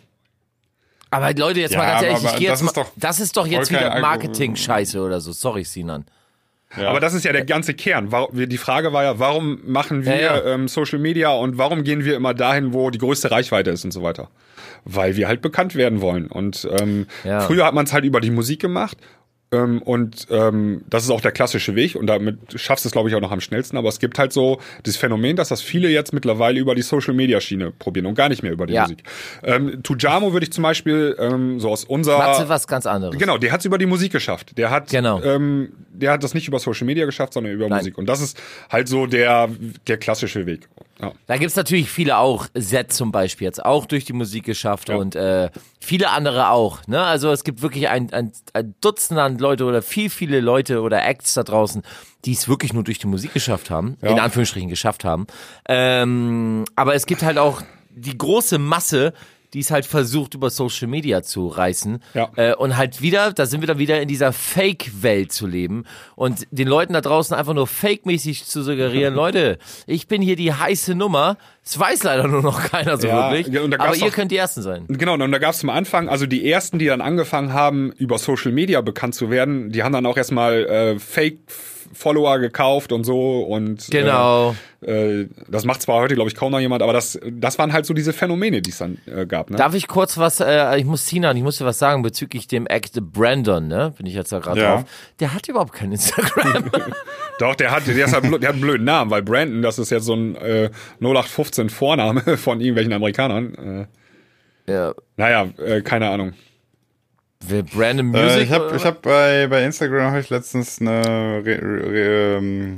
Aber Leute, jetzt Ja, mal ganz ehrlich, aber ich gehe das jetzt ist mal, doch das ist doch jetzt voll kein wieder Alkohol. Marketing-Scheiße oder so. Sorry, Sinan. Ja. Aber das ist ja der ganze Kern. Warum- wir- Die Frage war ja, warum machen wir Ja, ja. Ähm, Social Media und warum gehen wir immer dahin, wo die größte Reichweite ist und so weiter? Weil wir halt bekannt werden wollen. Und ähm, Ja. früher hat man es halt über die Musik gemacht. Ähm, und ähm, das ist auch der klassische Weg und damit schaffst du es, glaube ich, auch noch am schnellsten. Aber es gibt halt so das Phänomen, dass das viele jetzt mittlerweile über die Social-Media-Schiene probieren und gar nicht mehr über die Ja. Musik. Ähm, Tujamo würde ich zum Beispiel ähm, so aus unserer... Matze was ganz anderes. Genau, der hat es über die Musik geschafft. Der hat, Genau. ähm, der hat das nicht über Social Media geschafft, sondern über Nein. Musik. Und das ist halt so der, der klassische Weg. Ja. Da gibt's natürlich viele auch. Zed zum Beispiel jetzt auch durch die Musik geschafft Ja. und äh, viele andere auch. Ne? Also es gibt wirklich ein, ein, ein Dutzend an Leute oder viel, viele Leute oder Acts da draußen, die es wirklich nur durch die Musik geschafft haben. Ja. In Anführungsstrichen geschafft haben. Ähm, aber es gibt halt auch die große Masse, die es halt versucht, über Social Media zu reißen. Ja. Äh, und halt wieder, da sind wir dann wieder in dieser Fake-Welt zu leben und den Leuten da draußen einfach nur fake-mäßig zu suggerieren, Leute, ich bin hier die heiße Nummer. Es weiß leider nur noch keiner so Ja, wirklich. und da Aber gab's ihr doch- könnt die Ersten sein. Genau, und da gab es zum Anfang, also die ersten, die dann angefangen haben, über Social Media bekannt zu werden, die haben dann auch erstmal äh, Fake-Follower gekauft und so und Genau. äh, äh, das macht zwar heute, glaube ich, kaum noch jemand, aber das, das waren halt so diese Phänomene, die es dann äh, gab. Ne? Darf ich kurz was, äh, ich muss Sinan, ich muss dir was sagen bezüglich dem Act Brandon, ne? Bin ich jetzt da gerade Ja. drauf. Der hat überhaupt kein Instagram. Doch, der hat, der, ist halt, bl- der hat einen blöden Namen, weil Brandon, das ist jetzt so ein äh, null acht fünfzehn Vorname von irgendwelchen Amerikanern. Äh, ja. naja, äh, keine Ahnung. Will Brandon Music? Äh, ich habe oder ich hab bei, bei Instagram hab ich letztens eine Re, Re, ähm,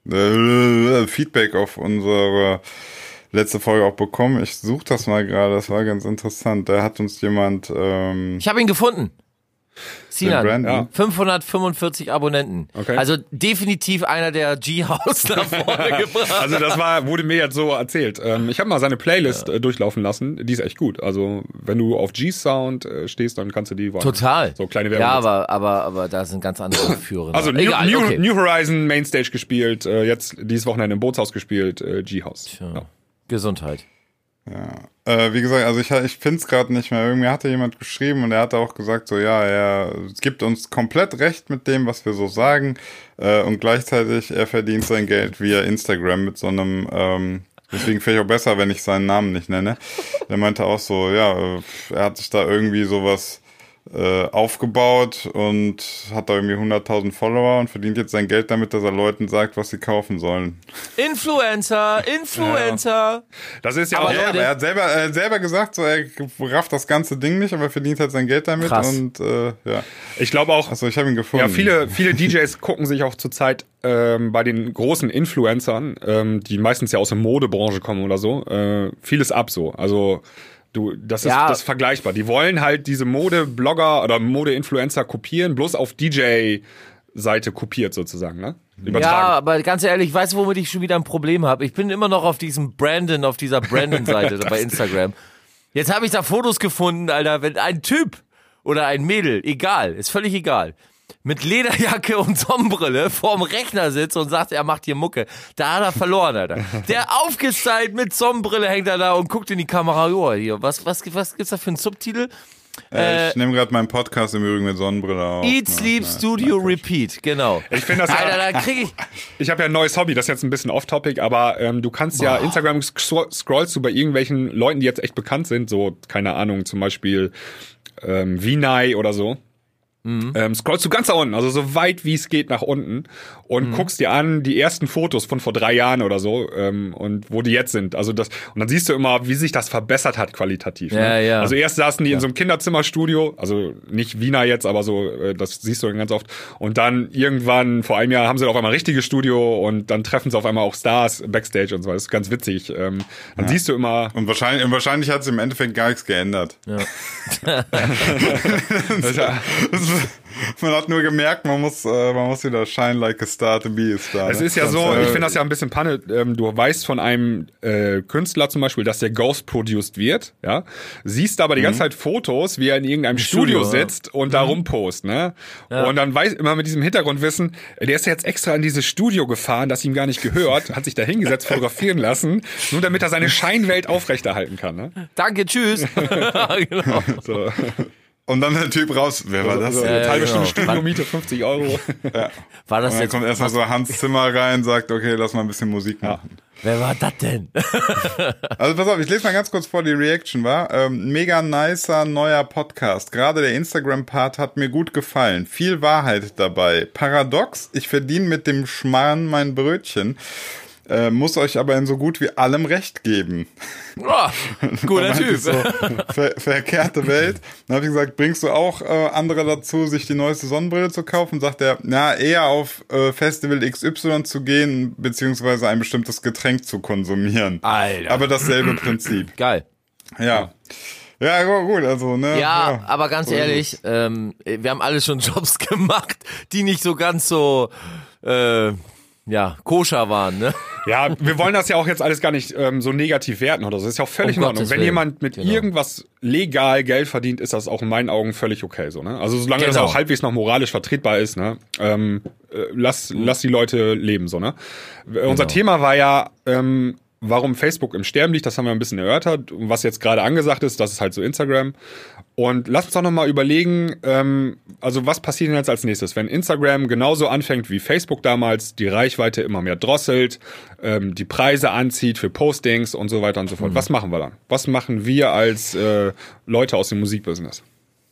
äh, Feedback auf unsere letzte Folge auch bekommen. Ich suche das mal gerade, das war ganz interessant. Da hat uns jemand ähm, Ich habe ihn gefunden. den Sinan, Brandon. ja. fünfhundertfünfundvierzig Abonnenten. Okay. Also definitiv einer der G-House nach vorne gebracht. Also das war, wurde mir jetzt so erzählt. Ähm, ich habe mal seine Playlist äh, durchlaufen lassen. Die ist echt gut. Also wenn du auf G-Sound äh, stehst, dann kannst du die wollen. Total. So kleine Werbung. Ja, aber, aber, aber da sind ganz andere Führer. Also New, Egal, New, okay. New Horizon Mainstage gespielt, äh, jetzt dieses Wochenende im Bootshaus gespielt, äh, G-House. Ja. Gesundheit. Ja. Äh, wie gesagt, also ich, ich finde es gerade nicht mehr. Irgendwie hatte jemand geschrieben und er hatte auch gesagt, so ja, er gibt uns komplett recht mit dem, was wir so sagen äh, und gleichzeitig er verdient sein Geld via Instagram mit so einem, ähm, deswegen finde ich auch besser, wenn ich seinen Namen nicht nenne. Der meinte auch so, ja, äh, er hat sich da irgendwie sowas äh, aufgebaut und hat da irgendwie hunderttausend Follower und verdient jetzt sein Geld damit, dass er Leuten sagt, was sie kaufen sollen. Influencer, Influencer. Das ist ja Aber auch. Ja, Leute- aber er hat selber, er hat selber gesagt, so er rafft das ganze Ding nicht, aber er verdient halt sein Geld damit Krass. und äh, ja. Ich glaube auch. Also ich habe ihn gefunden. Ja, viele, viele D Js gucken sich auch zurzeit ähm, bei den großen Influencern, ähm, die meistens ja aus der Modebranche kommen oder so, äh, vieles ab so. Also du, das ist Ja. das ist vergleichbar. Die wollen halt diese Modeblogger oder Modeinfluencer kopieren, bloß auf D J-Seite kopiert sozusagen, ne? Ja, Übertragen. aber ganz ehrlich, weißt du, womit ich schon wieder ein Problem habe? Ich bin immer noch auf diesem Brandon, auf dieser Brandon-Seite bei Instagram. Jetzt habe ich da Fotos gefunden, Alter, wenn ein Typ oder ein Mädel, egal, ist völlig egal, mit Lederjacke und Sonnenbrille vorm Rechner sitzt und sagt, er macht hier Mucke. Da hat er verloren, Alter. Der aufgestylt mit Sonnenbrille hängt er da und guckt in die Kamera. Joa, hier, was, was, was gibt's da für einen Subtitel? äh, ich nehme gerade meinen Podcast im Übrigen mit Sonnenbrille auf. Eat, Ne? Sleep, Nein, Studio, nein, Repeat, genau. Ich finde das ja- Alter, da krieg ich... Ich habe ja ein neues Hobby, das ist jetzt ein bisschen off-topic, aber ähm, du kannst ja Instagram scro- scrollst du bei irgendwelchen Leuten, die jetzt echt bekannt sind, so, keine Ahnung, zum Beispiel ähm, Vinay oder so. Mhm. Ähm, scrollst du ganz da unten, also so weit wie es geht nach unten und Mhm. guckst dir an die ersten Fotos von vor drei Jahren oder so ähm, und wo die jetzt sind. Also das und dann siehst du immer, wie sich das verbessert hat qualitativ. Ja, ne? ja. Also erst saßen die in so einem Kinderzimmerstudio, also nicht Wiener jetzt, aber so, äh, das siehst du dann ganz oft. Und dann irgendwann vor einem Jahr haben sie auf einmal ein richtiges Studio und dann treffen sie auf einmal auch Stars backstage und so. Das ist ganz witzig. Ähm, dann siehst du immer. Und wahrscheinlich, und wahrscheinlich hat sich im Endeffekt gar nichts geändert. Man hat nur gemerkt, man muss, äh, man muss wieder shine like a star to be a star. Es ne? ist ja so, Sonst, äh, ich finde das ja ein bisschen Panne. Ähm, du weißt von einem äh, Künstler zum Beispiel, dass der Ghost-produced wird, ja. Siehst aber die ganze Zeit Fotos, wie er in irgendeinem Studio, Studio, ja. sitzt und da rumpost, ne? Und dann weiß immer mit diesem Hintergrundwissen, der ist ja jetzt extra in dieses Studio gefahren, das ihm gar nicht gehört, hat sich da hingesetzt, fotografieren lassen, nur damit er seine Scheinwelt aufrechterhalten kann, ne? Danke, tschüss. genau. So. Und dann der Typ raus, wer war das Also, denn? eine halbe genau. Stunde Studiomiete, fünfzig Euro. War das Und dann jetzt... kommt erstmal so Hans Zimmer rein, sagt, okay, lass mal ein bisschen Musik machen. Wer war das denn? Also pass auf, ich lese mal ganz kurz vor, die Reaction war. Ähm, mega nicer neuer Podcast. Gerade der Instagram-Part hat mir gut gefallen. Viel Wahrheit dabei. Paradox, ich verdiene mit dem Schmarrn mein Brötchen. Äh, muss euch aber in so gut wie allem recht geben. Oh, guter Meinte Typ. ich So, ver verkehrte Welt. Dann habe ich gesagt, bringst du auch äh, andere dazu, sich die neueste Sonnenbrille zu kaufen? Sagt er, na, eher auf äh, Festival X Y zu gehen, beziehungsweise ein bestimmtes Getränk zu konsumieren. Alter. Aber dasselbe Prinzip. Geil. Ja. Ja, gut, also, ne. Ja, aber ganz so ist ehrlich, es. ähm, wir haben alle schon Jobs gemacht, die nicht so ganz so, äh, ja, koscher waren, ne? Ja, wir wollen das ja auch jetzt alles gar nicht ähm, so negativ werten oder so. Das ist ja auch völlig Um in Ordnung. Gottes Wenn Willen. jemand mit Genau. irgendwas legal Geld verdient, ist das auch in meinen Augen völlig okay so, ne? Also solange das Genau. auch halbwegs noch moralisch vertretbar ist, ne? Ähm, äh, lass, lass die Leute leben, so, ne? Äh, Unser Thema war ja, ähm, warum Facebook im Sterben liegt, das haben wir ein bisschen erörtert. Und was jetzt gerade angesagt ist, das ist halt so Instagram. Und lass uns doch nochmal überlegen, ähm, also was passiert denn jetzt als nächstes, wenn Instagram genauso anfängt wie Facebook damals, die Reichweite immer mehr drosselt, ähm, die Preise anzieht für Postings und so weiter und so fort. Mhm. Was machen wir dann? Was machen wir als äh, Leute aus dem Musikbusiness?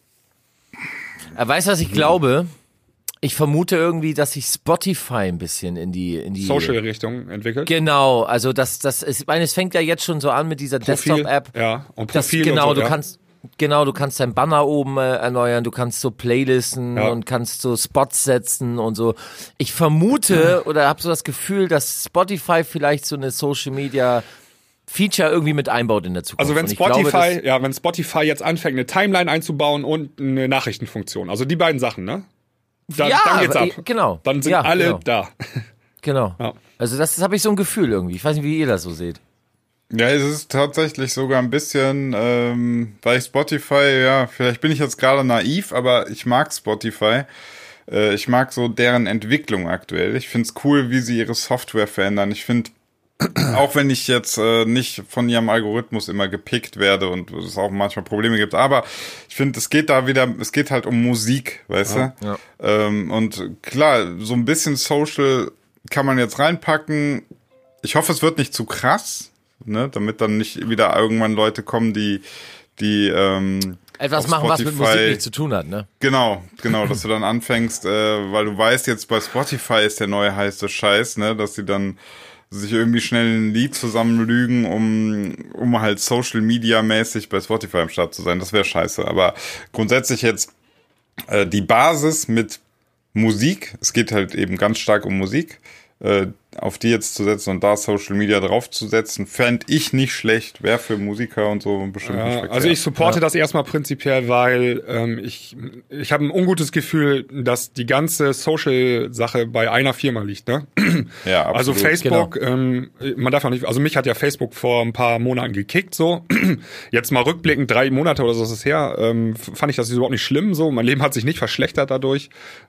Er weiß, was ich glaube. Ich vermute irgendwie, dass sich Spotify ein bisschen in die in die Social-Richtung entwickelt? Genau, also das das ist, ich meine, es fängt ja jetzt schon so an mit dieser Profil, Desktop-App. Ja, und Das, Profil genau, und so, du ja. kannst genau, du kannst dein Banner oben äh, erneuern, du kannst so Playlisten Ja. und kannst so Spots setzen und so. Ich vermute oder habe so das Gefühl, dass Spotify vielleicht so eine Social Media Feature irgendwie mit einbaut in der Zukunft. Also wenn Und ich Spotify, glaube, das- ja, wenn Spotify jetzt anfängt, eine Timeline einzubauen und eine Nachrichtenfunktion, also die beiden Sachen, ne? Dann, ja, dann geht's ab. äh, genau. Dann sind ja, alle genau. da. Genau. Ja. Also das, das habe ich so ein Gefühl irgendwie. Ich weiß nicht, wie ihr das so seht. Ja, es ist tatsächlich sogar ein bisschen, ähm, weil Spotify, ja, vielleicht bin ich jetzt gerade naiv, aber ich mag Spotify. Äh, ich mag so deren Entwicklung aktuell. Ich find's cool, wie sie ihre Software verändern. Ich find, auch wenn ich jetzt äh, nicht von ihrem Algorithmus immer gepickt werde und es auch manchmal Probleme gibt, aber ich finde, es geht da wieder, es geht halt um Musik, weißt Ja, du? ja. Ähm, und klar, so ein bisschen Social kann man jetzt reinpacken. Ich hoffe, es wird nicht zu krass, ne, damit dann nicht wieder irgendwann Leute kommen, die, die ähm, Etwas auf machen, was mit Spotify- Musik nichts zu tun hat, ne? Genau, genau, dass du dann anfängst, äh, weil du weißt, jetzt bei Spotify ist der neue heiße Scheiß, ne, dass sie dann sich irgendwie schnell ein Lied zusammenlügen, um um halt Social Media mäßig bei Spotify am Start zu sein. Das wäre scheiße. Aber grundsätzlich jetzt äh, die Basis mit Musik, es geht halt eben ganz stark um Musik, äh, auf die jetzt zu setzen und da Social Media draufzusetzen, fände ich nicht schlecht. Wäre für Musiker und so bestimmt nicht Ja, verkehrt. also ich supporte das erstmal prinzipiell, weil ähm, ich ich habe ein ungutes Gefühl, dass die ganze Social-Sache bei einer Firma liegt, ne? Ja, absolut. Also Facebook, ähm, man darf auch nicht, also mich hat ja Facebook vor ein paar Monaten gekickt, so. Jetzt mal rückblickend, drei Monate oder so ist es her, ähm, fand ich das überhaupt nicht schlimm, so. Mein Leben hat sich nicht verschlechtert dadurch.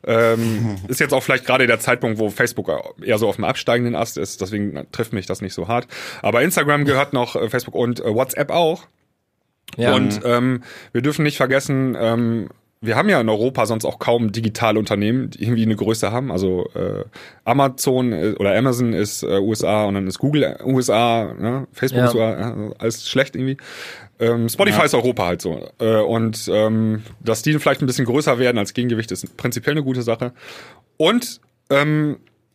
Ähm, ist jetzt auch vielleicht gerade der Zeitpunkt, wo Facebook eher so auf dem absteigenden Ast ist, deswegen trifft mich das nicht so hart. Aber Instagram gehört noch äh, Facebook und äh, WhatsApp auch. Ja. Und ähm, wir dürfen nicht vergessen, ähm, wir haben ja in Europa sonst auch kaum digitale Unternehmen, die irgendwie eine Größe haben. Also äh, Amazon äh, oder Amazon ist äh, U S A und dann ist Google U S A, ne? Facebook Ja. ist U S A, ja, also alles schlecht irgendwie. Ähm, Spotify Ja. ist Europa halt so. Äh, und ähm, dass die vielleicht ein bisschen größer werden als Gegengewicht ist prinzipiell eine gute Sache. Und ähm,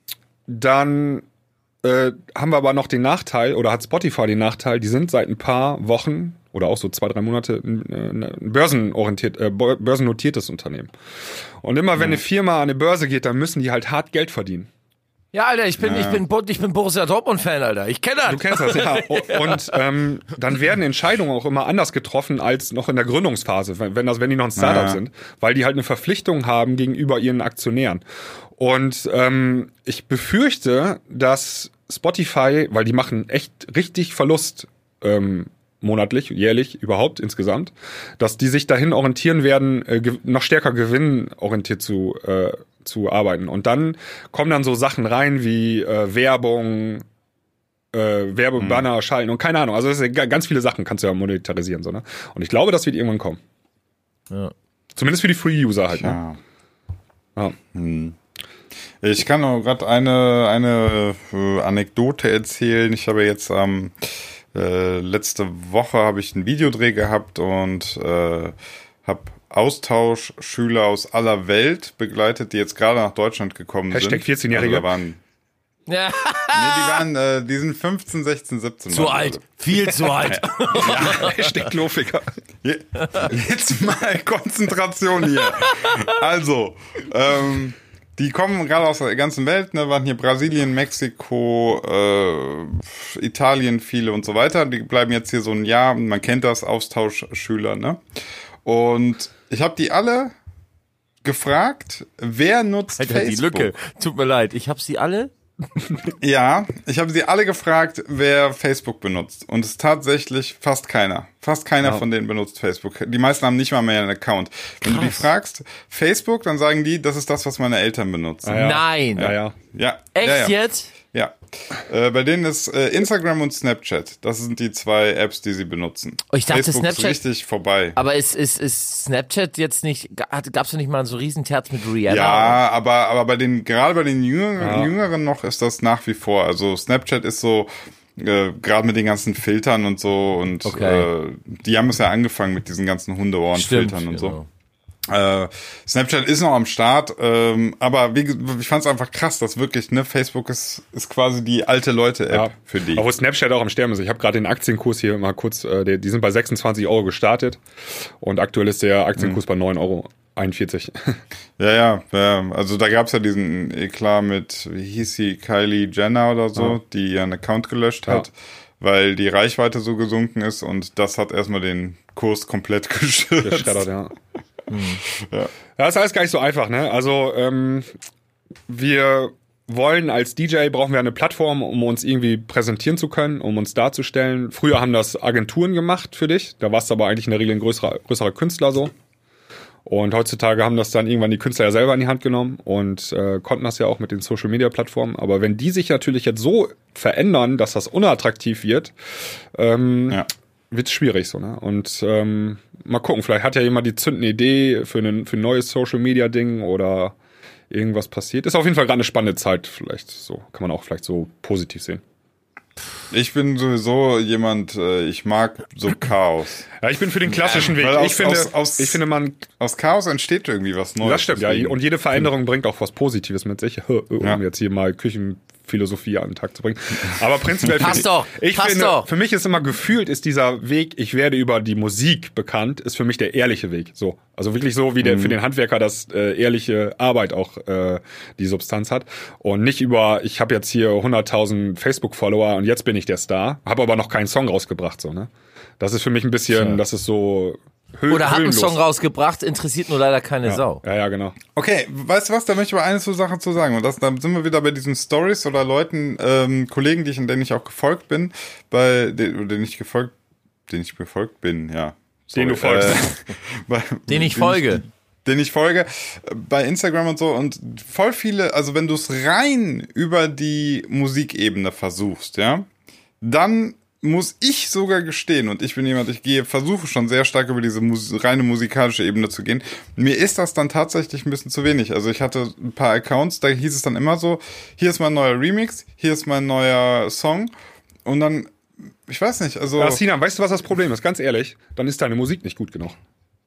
dann äh, haben wir aber noch den Nachteil, oder hat Spotify den Nachteil, die sind seit ein paar Wochen oder auch so zwei, drei Monate ein, ein börsenorientiert, äh, börsennotiertes Unternehmen. Und immer wenn eine Firma an eine Börse geht, dann müssen die halt hart Geld verdienen. Ja, Alter, ich bin, ich bin, ich bin Borussia Dortmund-Fan, Alter. Ich kenne das. Du kennst das, ja. Und ähm, dann werden Entscheidungen auch immer anders getroffen als noch in der Gründungsphase, wenn, wenn das, wenn die noch ein Startup Ja. sind, weil die halt eine Verpflichtung haben gegenüber ihren Aktionären. Und ähm, ich befürchte, dass Spotify, weil die machen echt richtig Verlust ähm, monatlich, jährlich, überhaupt insgesamt, dass die sich dahin orientieren werden, äh, ge- noch stärker gewinnorientiert zu äh, zu arbeiten. Und dann kommen dann so Sachen rein wie äh, Werbung, äh, Werbebanner, schalten und keine Ahnung. Also das ist ja ganz viele Sachen kannst du ja monetarisieren. So, ne? Und ich glaube, das wird irgendwann kommen. Ja. Zumindest für die Free-User halt. Ne? Ja. Ja. Ich kann noch gerade eine, eine äh, Anekdote erzählen. Ich habe jetzt am äh, letzte Woche habe ich einen Videodreh gehabt und äh, habe Austauschschüler aus aller Welt begleitet, die jetzt gerade nach Deutschland gekommen Hashtag sind. vierzehnjährige. Also da waren, Ja. nee, die waren, äh, die sind fünfzehn, sechzehn, siebzehn. Zu waren die alt. alle. Viel zu alt. Hashtag Klofiker. Je- Jetzt mal Konzentration hier. Also, ähm, die kommen gerade aus der ganzen Welt, ne, waren hier Brasilien, Mexiko, äh, Italien, viele und so weiter. Die bleiben jetzt hier so ein Jahr, man kennt das, Austauschschüler, ne? Und ich habe die alle gefragt, wer nutzt Alter, die Facebook? Lücke. Tut mir leid. Ich hab sie alle Ja, ich habe sie alle gefragt, wer Facebook benutzt. Und es ist tatsächlich fast keiner. Fast keiner Ja. von denen benutzt Facebook. Die meisten haben nicht mal mehr einen Account. Wenn du die fragst, Facebook, dann sagen die, das ist das, was meine Eltern benutzen. Ah, ja. Nein. Ja, ja. Ja. Echt ja, ja. jetzt? Ja. Äh, bei denen ist äh, Instagram und Snapchat. Das sind die zwei Apps, die sie benutzen. Oh, ich dachte, Facebook Snapchat- ist richtig vorbei. Aber ist, ist, ist Snapchat jetzt nicht, gab es nicht mal so riesen Terz mit Rihanna? Ja, aber, aber bei den, gerade bei den Jüngeren, Jüngeren noch ist das nach wie vor. Also Snapchat ist so, äh, gerade mit den ganzen Filtern und so und Okay. äh, die haben es ja angefangen mit diesen ganzen Hundeohren-Filtern und so. genau. Äh, Snapchat ist noch am Start, ähm, aber wie, ge- ich fand es einfach krass, dass wirklich, ne, Facebook ist, ist quasi die alte Leute-App Ja. für die. Obwohl Snapchat auch am Sterben ist. Ich habe gerade den Aktienkurs hier mal kurz, äh, die, die sind bei sechsundzwanzig Euro gestartet und aktuell ist der Aktienkurs Mhm. bei neun Euro einundvierzig. Ja, ja, ja, also da gab's ja diesen Eklat mit, wie hieß sie, Kylie Jenner oder so, Ja. die ihren Account gelöscht Ja. hat, weil die Reichweite so gesunken ist und das hat erstmal den Kurs komplett geschützt. Geschreddert, ja. Ja. Das ist alles gar nicht so einfach, ne? Also, ähm, wir wollen als D J, brauchen wir eine Plattform, um uns irgendwie präsentieren zu können, um uns darzustellen. Früher haben das Agenturen gemacht für dich, da warst du aber eigentlich in der Regel ein größerer, größerer Künstler so. Und heutzutage haben das dann irgendwann die Künstler ja selber in die Hand genommen und äh, konnten das ja auch mit den Social-Media-Plattformen. Aber wenn die sich natürlich jetzt so verändern, dass das unattraktiv wird, ähm, Ja. wird es schwierig so, ne? Und ähm, mal gucken, vielleicht hat ja jemand die zündende Idee für, einen, für ein neues Social-Media-Ding oder irgendwas passiert. Ist auf jeden Fall gerade eine spannende Zeit, vielleicht so, kann man auch vielleicht so positiv sehen. Ich bin sowieso jemand, äh, ich mag so Chaos. Ja, ich bin für den klassischen Weg. Weil aus- ich finde, aus- aus- ich finde, man, Aus Chaos entsteht irgendwie was Neues. das stimmt, ja. deswegen. Und jede Veränderung bringt auch was Positives mit sich, um Ja. jetzt hier mal Küchenphilosophie an den Tag zu bringen. Aber prinzipiell, Passt finde doch, ich, ich passt finde, doch. für mich ist immer gefühlt, ist dieser Weg, ich werde über die Musik bekannt, ist für mich der ehrliche Weg. So, also wirklich so, wie der für den Handwerker das äh, ehrliche Arbeit auch äh, die Substanz hat und nicht über, ich habe jetzt hier hunderttausend Facebook-Follower und jetzt bin ich der Star, habe aber noch keinen Song rausgebracht, so, ne? Das ist für mich ein bisschen, das ist so hö Oder hat einen höhenlos. Song rausgebracht, interessiert nur leider keine Sau. Ja, ja, genau. Okay, weißt du was, da möchte ich aber eine so Sache zu sagen. Und das, da sind wir wieder bei diesen Stories oder Leuten, ähm, Kollegen, die ich, denen ich auch gefolgt bin, bei denen, denen ich gefolgt, denen ich gefolgt bin, ja. Den du folgst. Äh, bei, Den ich folge. den ich folge, äh, bei Instagram und so. Und voll viele, also wenn du es rein über die Musikebene versuchst, ja, dann muss ich sogar gestehen, und ich bin jemand, ich gehe, versuche schon sehr stark über diese Mus- reine musikalische Ebene zu gehen. Mir ist das dann tatsächlich ein bisschen zu wenig. Also ich hatte ein paar Accounts, da hieß es dann immer so, hier ist mein neuer Remix, hier ist mein neuer Song. Und dann, ich weiß nicht, also... Ja, Sinan, weißt du, was das Problem ist? Ganz ehrlich, dann ist deine Musik nicht gut genug.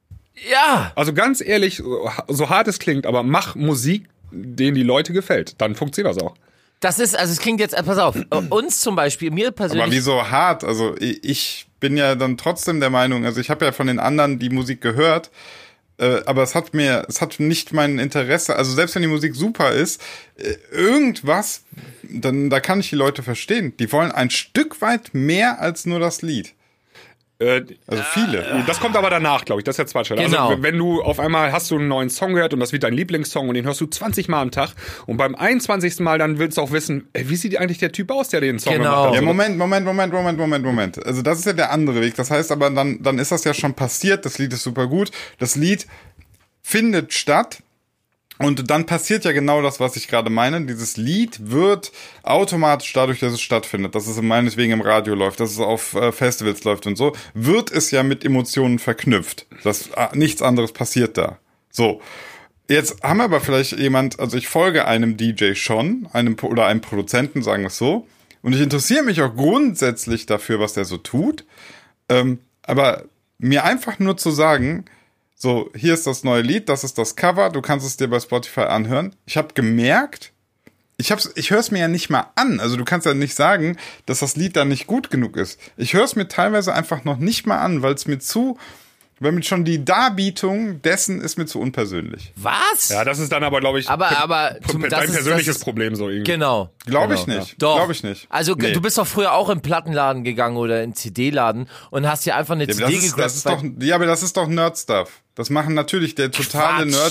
Ja! Also ganz ehrlich, so so hart es klingt, aber mach Musik, denen die Leute gefällt. Dann funktioniert das auch. Das ist, also es klingt jetzt, äh, pass auf, äh, uns zum Beispiel, mir persönlich. Aber wieso hart? Also ich, ich bin ja dann trotzdem der Meinung, also ich habe ja von den anderen die Musik gehört, äh, aber es hat mir, es hat nicht mein Interesse, also selbst wenn die Musik super ist, äh, irgendwas, dann da kann ich die Leute verstehen. Die wollen ein Stück weit mehr als nur das Lied. Äh, Also viele. Das kommt aber danach, glaube ich. Das ist der zweite Schritt. Genau. Also wenn du auf einmal hast du einen neuen Song gehört und das wird dein Lieblingssong und den hörst du zwanzig Mal am Tag und beim einundzwanzigsten Mal dann willst du auch wissen, ey, wie sieht eigentlich der Typ aus, der den Song Genau. gemacht hat. Ja, Also, Moment, Moment, Moment, Moment, Moment, Moment. Also das ist ja der andere Weg. Das heißt aber, dann, dann ist das ja schon passiert. Das Lied ist super gut. Das Lied findet statt. Und dann passiert ja genau das, was ich gerade meine. Dieses Lied wird automatisch dadurch, dass es stattfindet, dass es meinetwegen im Radio läuft, dass es auf äh, Festivals läuft und so, wird es ja mit Emotionen verknüpft. Das, äh, nichts anderes passiert da. So. Jetzt haben wir aber vielleicht jemand, also ich folge einem D J schon, einem oder einem Produzenten, sagen wir es so, und ich interessiere mich auch grundsätzlich dafür, was der so tut. Ähm, aber mir einfach nur zu sagen, so, hier ist das neue Lied, das ist das Cover, du kannst es dir bei Spotify anhören. Ich habe gemerkt, ich hab's, ich höre es mir ja nicht mal an. Also du kannst ja nicht sagen, dass das Lied dann nicht gut genug ist. Ich höre es mir teilweise einfach noch nicht mal an, weil es mir zu, weil mir schon die Darbietung dessen ist mir zu unpersönlich. Was? ja, das ist dann aber, glaube ich, Aber- pe- aber pe- zum- dein das ist- persönliches das ist- Problem so irgendwie. Genau. Glaube genau. ich nicht. Doch. Glaube ich nicht. Also Nee. du bist doch früher auch im Plattenladen gegangen oder in C D-Laden und hast dir einfach eine Ja, aber C D das ist, das gegrabt. ist doch, ja, aber das ist doch Nerd-Stuff. Das machen natürlich der totale Quatsch. Nerd.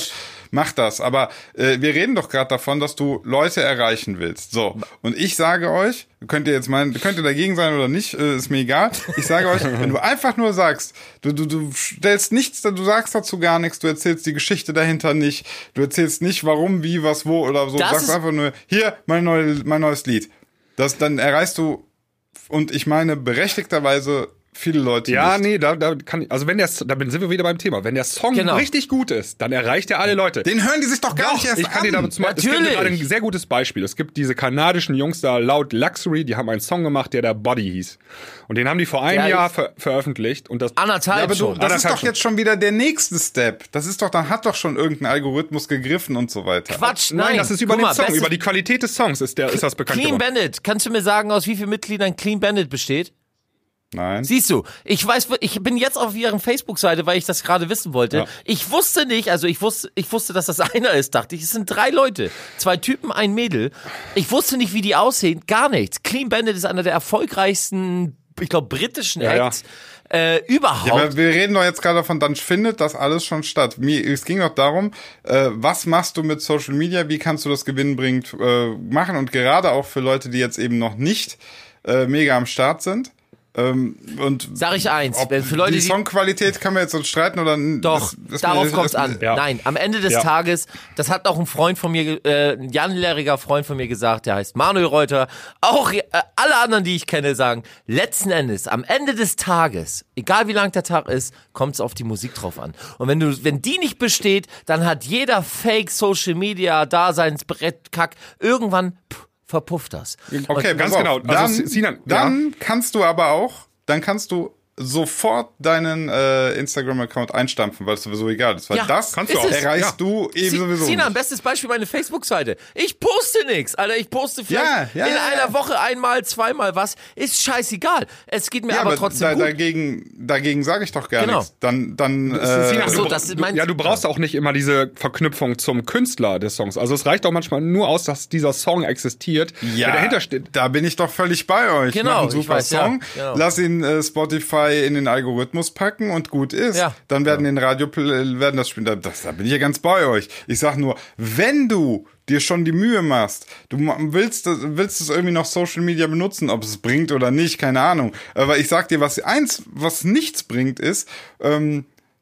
mach das. Aber äh, wir reden doch gerade davon, dass du Leute erreichen willst. So, und ich sage euch, könnt ihr jetzt meinen, könnt ihr dagegen sein oder nicht, äh, ist mir egal. Ich sage euch, wenn du einfach nur sagst, du, du, du stellst nichts, du sagst dazu gar nichts, du erzählst die Geschichte dahinter nicht, du erzählst nicht, warum, wie, was, wo oder so, Das du sagst ist- einfach nur, hier, mein, neu, mein neues Lied. Das, dann erreichst du, und ich meine berechtigterweise, viele Leute Ja, nicht. nee, da, da kann ich, also wenn der, da sind wir wieder beim Thema. Wenn der Song Genau. richtig gut ist, dann erreicht er alle Leute. Den hören die sich doch gar Doch, nicht erst ich kann an. dir damit zum Beispiel, es gibt Natürlich. gerade ein sehr gutes Beispiel. Es gibt diese kanadischen Jungs da, Loud Luxury, die haben einen Song gemacht, der da Body hieß. Und den haben die vor einem Ja, Jahr ich- ver veröffentlicht. Und das, Anderthalb Ja, aber du, schon. das ist Anderthalb doch schon. jetzt schon wieder der nächste Step. Das ist doch, dann hat doch schon irgendein Algorithmus gegriffen und so weiter. Quatsch, nein, nein. das ist über Guck den mal, Song, bestes- über die Qualität des Songs ist, der, ist das bekannt Clean geworden. Bandit. Kannst du mir sagen, aus wie vielen Mitgliedern Clean Bandit besteht? Nein. Siehst du, ich weiß, ich bin jetzt auf ihren Facebook-Seite, weil ich das gerade wissen wollte. Ja. Ich wusste nicht, also ich wusste, ich wusste, dass das einer ist, dachte ich. Es sind drei Leute. Zwei Typen, ein Mädel. Ich wusste nicht, wie die aussehen. Gar nichts. Clean Bandit ist einer der erfolgreichsten, ich glaube, britischen Ja, ja. Acts äh, überhaupt. Ja, aber wir reden doch jetzt gerade davon, dann findet das alles schon statt. Mir, es ging doch darum, äh, was machst du mit Social Media, wie kannst du das gewinnbringend äh, machen und gerade auch für Leute, die jetzt eben noch nicht äh, mega am Start sind. Ähm, und Sag ich eins, ob wenn für Leute, die die- Songqualität kann man jetzt so streiten oder n- Doch, das- das- darauf das- kommt's das- an. ja. Nein, am Ende des Ja. Tages, das hat auch ein Freund von mir, ge- äh, ein langjähriger Freund von mir gesagt, der heißt Manuel Reuter. Auch äh, alle anderen, die ich kenne, sagen, letzten Endes, am Ende des Tages, egal wie lang der Tag ist, kommt's auf die Musik drauf an. Und wenn du, wenn die nicht besteht, dann hat jeder Fake Social Media Daseinsbrett Kack irgendwann pff, verpufft das. Okay, ganz pass auf. genau. Also, Dann, Sinan, dann kannst du aber auch, dann kannst du sofort deinen äh, Instagram-Account einstampfen, weil es sowieso egal ist. Weil Ja, das kannst du ist auch. es. erreichst Ja. du eben Si- sowieso Sinan, nicht. bestes Beispiel meine Facebook-Seite. Ich poste nichts, Alter. Ich poste vielleicht Ja, ja, in ja, einer ja. Woche einmal, zweimal was. Ist scheißegal. Es geht mir Ja, aber, aber trotzdem da, gut. dagegen, dagegen sage ich doch gar Genau. nichts. Dann, dann Sinan, äh, Ach so, du, das du, meinst- ja, du brauchst auch nicht immer diese Verknüpfung zum Künstler des Songs. Also es reicht auch manchmal nur aus, dass dieser Song existiert, ja, der dahinter steht. da bin ich doch völlig bei euch. Genau, Mach einen ich super weiß, ja, Song, genau. lass ihn äh, Spotify in den Algorithmus packen und gut ist. Ja. Dann werden den Radio werden das spielen. Da- Das, da bin ich ja ganz bei euch. Ich sag nur, wenn du dir schon die Mühe machst, du ma- willst das- willst es irgendwie noch Social Media benutzen, ob es bringt oder nicht, keine Ahnung. Aber ich sag dir, was eins, was nichts bringt, ist ähm,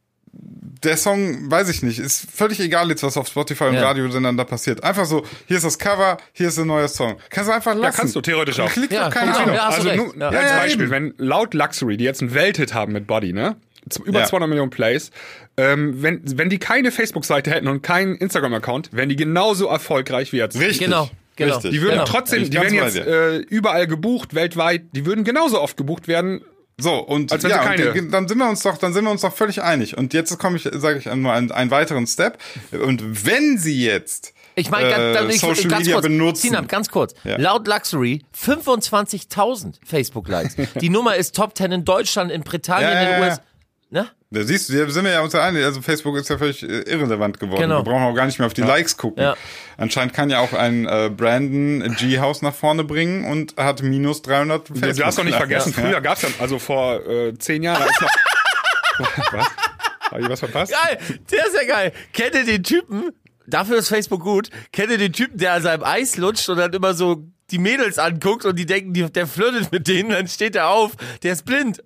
der Song, weiß ich nicht, ist völlig egal jetzt, was auf Spotify und Ja. Radiosendern da passiert. Einfach so, hier ist das Cover, hier ist ein neuer Song. Kannst du einfach lassen. Ja, kannst du theoretisch auch. Klick Ja, doch keine genau. Ahnung. Ja, hast du Also recht. nur Ja. als Ja, ja, Beispiel, eben. wenn Loud Luxury, die jetzt einen Welthit haben mit Body, ne? Z- Über Ja. zweihundert Millionen Plays. Ähm, wenn, wenn die keine Facebook-Seite hätten und keinen Instagram-Account, wären die genauso erfolgreich wie jetzt. Richtig. Genau, genau. Richtig. Die würden Genau. trotzdem, Bin ich die ganz werden bei jetzt dir. äh, überall gebucht, weltweit, die würden genauso oft gebucht werden. So, und Als wenn ja, sie keine- und dann sind wir uns doch, dann sind wir uns doch völlig einig. Und jetzt komme ich, sage ich nur einen, einen weiteren Step. Und wenn sie jetzt Ich meine, äh, dann ich, Social ganz Media kurz, benutzen, Sinan, ganz kurz. Ja. Laut Luxury fünfundzwanzigtausend Facebook-Likes. Die Nummer ist Top zehn in Deutschland, in Britannien, Ja, ja, in den ja. U S A. Ne? da siehst du, da sind wir ja uns ja einig. Also Facebook ist ja völlig äh, irrelevant geworden. Genau. Wir brauchen auch gar nicht mehr auf die Likes gucken. Ja. Anscheinend kann ja auch ein äh, Brandon G-House nach vorne bringen und hat minus dreihundert Facebook. Du hast doch nicht vergessen, Ja. früher gab's ja, also vor äh, zehn Jahren, als noch. Was? Habe ich was verpasst? Geil, der ist ja geil. Kennt ihr den Typen? Dafür ist Facebook gut. Kennt ihr den Typen, der an seinem Eis lutscht und dann immer so die Mädels anguckt und die denken, die, der flirtet mit denen, dann steht er auf, der ist blind.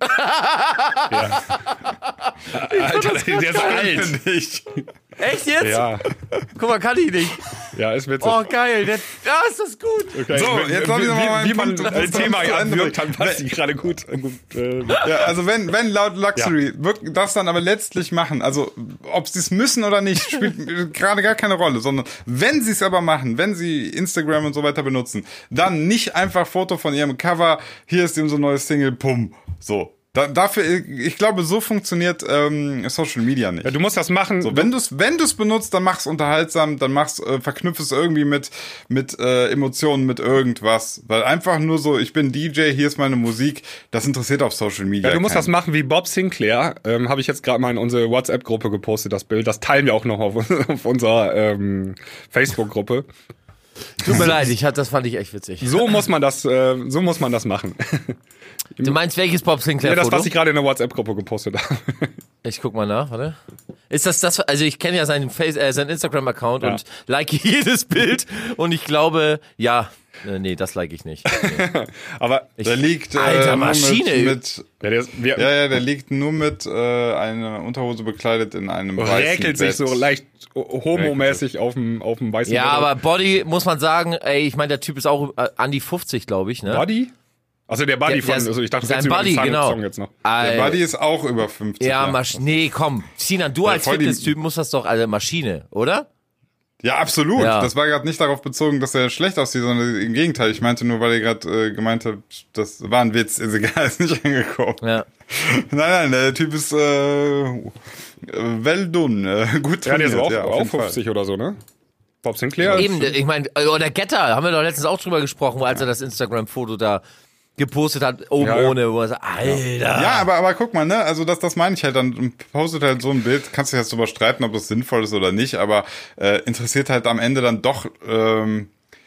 Alter, der ist alt. Finde ich. Echt jetzt? Ja, Guck mal, kann ich nicht. ja, ist witzig. Oh, geil. Der, ja, ist das gut. Okay. So, wie, jetzt lass wie, ich noch mal wie, meinen wie man Punkt- ein Thema zu Ende abwirkt, bringen. dann passt die gerade gut. gut äh, Ja, also wenn, wenn laut Luxury wirklich das dann aber letztlich machen, also ob sie es müssen oder nicht, spielt gerade gar keine Rolle, sondern wenn sie es aber machen, wenn sie Instagram und so weiter benutzen, dann nicht einfach Foto von ihrem Cover, hier ist eben so ein neues Single, pum, so. Da, dafür, ich glaube, so funktioniert ähm, Social Media nicht. ja, du musst das machen. So, wenn du es wenn du's benutzt, dann mach's unterhaltsam, dann mach's, äh, verknüpf es irgendwie mit, mit äh, Emotionen, mit irgendwas. Weil einfach nur so, ich bin D J, hier ist meine Musik, das interessiert auf Social Media Ja, du musst keinen. das machen wie Bob Sinclair. Ähm, Habe ich jetzt gerade mal in unsere WhatsApp-Gruppe gepostet, das Bild. Das teilen wir auch noch auf, auf unserer ähm, Facebook-Gruppe. Tut mir leid, ich, hat- das fand ich echt witzig. So muss man das, äh, so muss man das machen. Du meinst welches Bob Ja, Sinclair das, Foto? was ich gerade in der WhatsApp-Gruppe gepostet habe. Ich guck mal nach, warte. Ist das das, also ich kenne ja seinen Face, äh, seinen Instagram-Account Ja. und like jedes Bild und ich glaube, ja, äh, nee, das like ich nicht. Nee. Aber Der liegt äh, Alter, nur Maschine. Mit, mit ja, der, ist, wir, ja, ja, der liegt nur mit äh, einer Unterhose bekleidet in einem weißen räkelt sich Bett. so leicht homomäßig auf dem, auf dem weißen Ja, Bett. aber Body, muss man sagen, ey, ich meine, der Typ ist auch äh, an die fünfzig, glaube ich, ne? Buddy? Also der Buddy Der- der von, ist- also ich dachte, sein jetzt über den Buddy, genau. Song jetzt noch. Der Äh, Buddy ist auch über fünfzig. ja, Masch nee, komm. Sinan, du als voll die- Fitness-Typ musst das doch, also Maschine, oder? Ja, absolut. Ja. Das war gerade nicht darauf bezogen, dass er schlecht aussieht, sondern im Gegenteil. Ich meinte nur, weil ihr gerade äh, gemeint habt, das war ein Witz, ist egal, ist nicht angekommen. Ja. Nein, nein, der Typ ist äh, well done, äh, gut Ja, der trainiert. ist auch, ja, auf auch jeden Fall. fünfzig oder so, ne? Bob Sinclair? Eben, ich meine, oder Getter, haben wir doch letztens auch drüber gesprochen, als er das Instagram-Foto da gepostet hat, oben Ja, ja. ohne, wo er sagt, Alter. Ja, aber, aber guck mal, ne, also das, das meine ich halt, dann postet halt so ein Bild, kannst du jetzt drüber streiten, ob das sinnvoll ist oder nicht, aber äh, interessiert halt am Ende dann doch, ähm,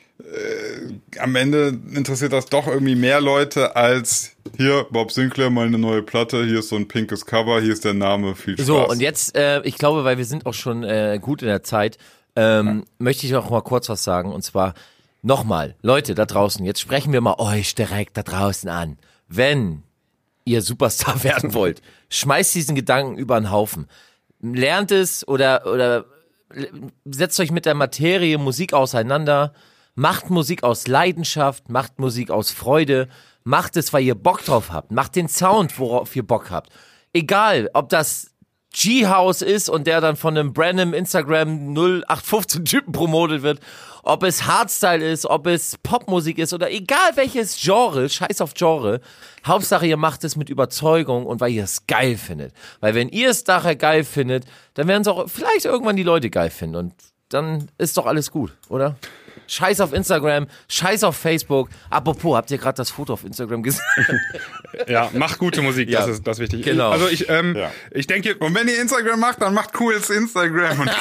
äh, am Ende interessiert das doch irgendwie mehr Leute als hier, Bob Sinclair, meine neue Platte, hier ist so ein pinkes Cover, hier ist der Name, viel Spaß. So, und jetzt, äh, ich glaube, weil wir sind auch schon äh, gut in der Zeit, ähm, möchte ich auch mal kurz was sagen. Und zwar nochmal, Leute da draußen, jetzt sprechen wir mal euch direkt da draußen an. Wenn ihr Superstar werden wollt, schmeißt diesen Gedanken über den Haufen. Lernt es oder, oder setzt euch mit der Materie Musik auseinander. Macht Musik aus Leidenschaft, macht Musik aus Freude, macht es, weil ihr Bock drauf habt. Macht den Sound, worauf ihr Bock habt. Egal, ob das G-House ist und der dann von einem Brandon Instagram null acht fünfzehn Typen promotet wird, ob es Hardstyle ist, ob es Popmusik ist oder egal welches Genre, scheiß auf Genre, Hauptsache ihr macht es mit Überzeugung und weil ihr es geil findet. Weil wenn ihr es nachher geil findet, dann werden es auch vielleicht irgendwann die Leute geil finden und dann ist doch alles gut, oder? Scheiß auf Instagram, scheiß auf Facebook. Apropos, habt ihr gerade das Foto auf Instagram gesehen? Ja, macht gute Musik, Ja, das ist das ist wichtig. genau. Also ich, ähm, Ja. ich denke, Und wenn ihr Instagram macht, dann macht cooles Instagram und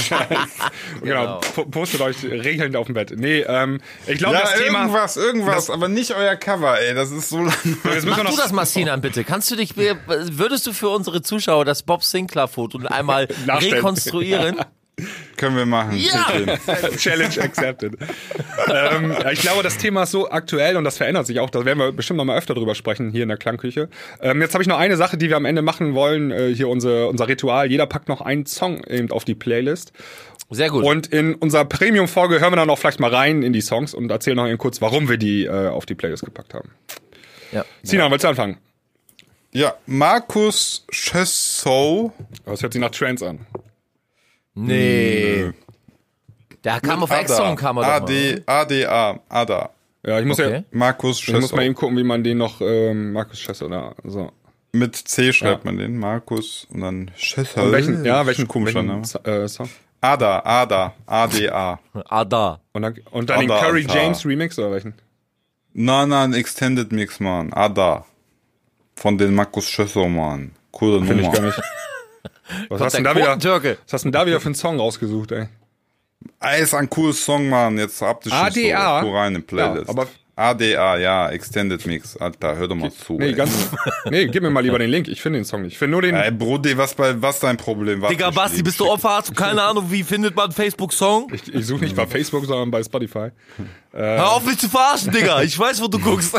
genau, po- postet euch regelnd auf dem Bett. Nee, ähm, ich glaube, ja, das Thema. irgendwas, irgendwas, das- aber nicht euer Cover, ey, das ist so lang. Jetzt müssen Mach wir du noch, das mal, Sinan, bitte. Kannst du dich, würdest du für unsere Zuschauer das Bob Sinclair-Foto einmal Nachstellen. rekonstruieren? Können wir machen. Ja! Bitte. Challenge accepted. ähm, ja, ich glaube, das Thema ist so aktuell und das verändert sich auch. Da werden wir bestimmt noch mal öfter drüber sprechen hier in der Klangküche. Ähm, jetzt habe ich noch eine Sache, die wir am Ende machen wollen. Äh, hier unser, unser Ritual. Jeder packt noch einen Song eben auf die Playlist. Sehr gut. Und in unserer Premium-Folge hören wir dann auch vielleicht mal rein in die Songs und erzählen noch eben kurz, warum wir die äh, auf die Playlist gepackt haben. ja. Sinan, willst du anfangen? Ja, Markus Schössow. Das hört sich nach Trance an. Nee. Der kam auf Exxon, kam er A doch D, mal. A D A, Ada. Ja, ich muss Okay. ja, Markus ich muss Schössow. mal eben gucken, wie man den noch, ähm, Markus Schässer, oder so. Mit C schreibt Ja. man den, Markus und dann Schössow. Und welchen, ja, welchen, komischer welchen Name. äh, Song? Ada, Ada, A D A. Ah, da. Und dann, und dann den Ada, Curry Alter. James Remix oder welchen? Nein, nein, Extended Mix, Mann. Ada. Von den Markus Schössow, Mann. Coole Finde ich Nummer. gar nicht. Was hast, der denn da wieder, Quotentürke. was hast denn da wieder für einen Song rausgesucht, ey? Ey, ist ein cooles Song, Mann. Jetzt habt ihr A D A? so. Hol rein in Playlist. Ja, aber- A D A, ja, Extended Mix. Alter, hör doch mal zu. Nee, ey. ganz, nee, gib mir mal lieber den Link. Ich finde den Song nicht. Ich finde nur den. Ey, Brudi, was bei, was dein Problem war? Digga, Basti, bist du Opfer? Hast du keine Ahnung, wie findet man Facebook-Song? Ich, ich suche nicht bei Facebook, sondern bei Spotify. Hör auf mich zu verarschen, Digga. Ich weiß, wo du guckst.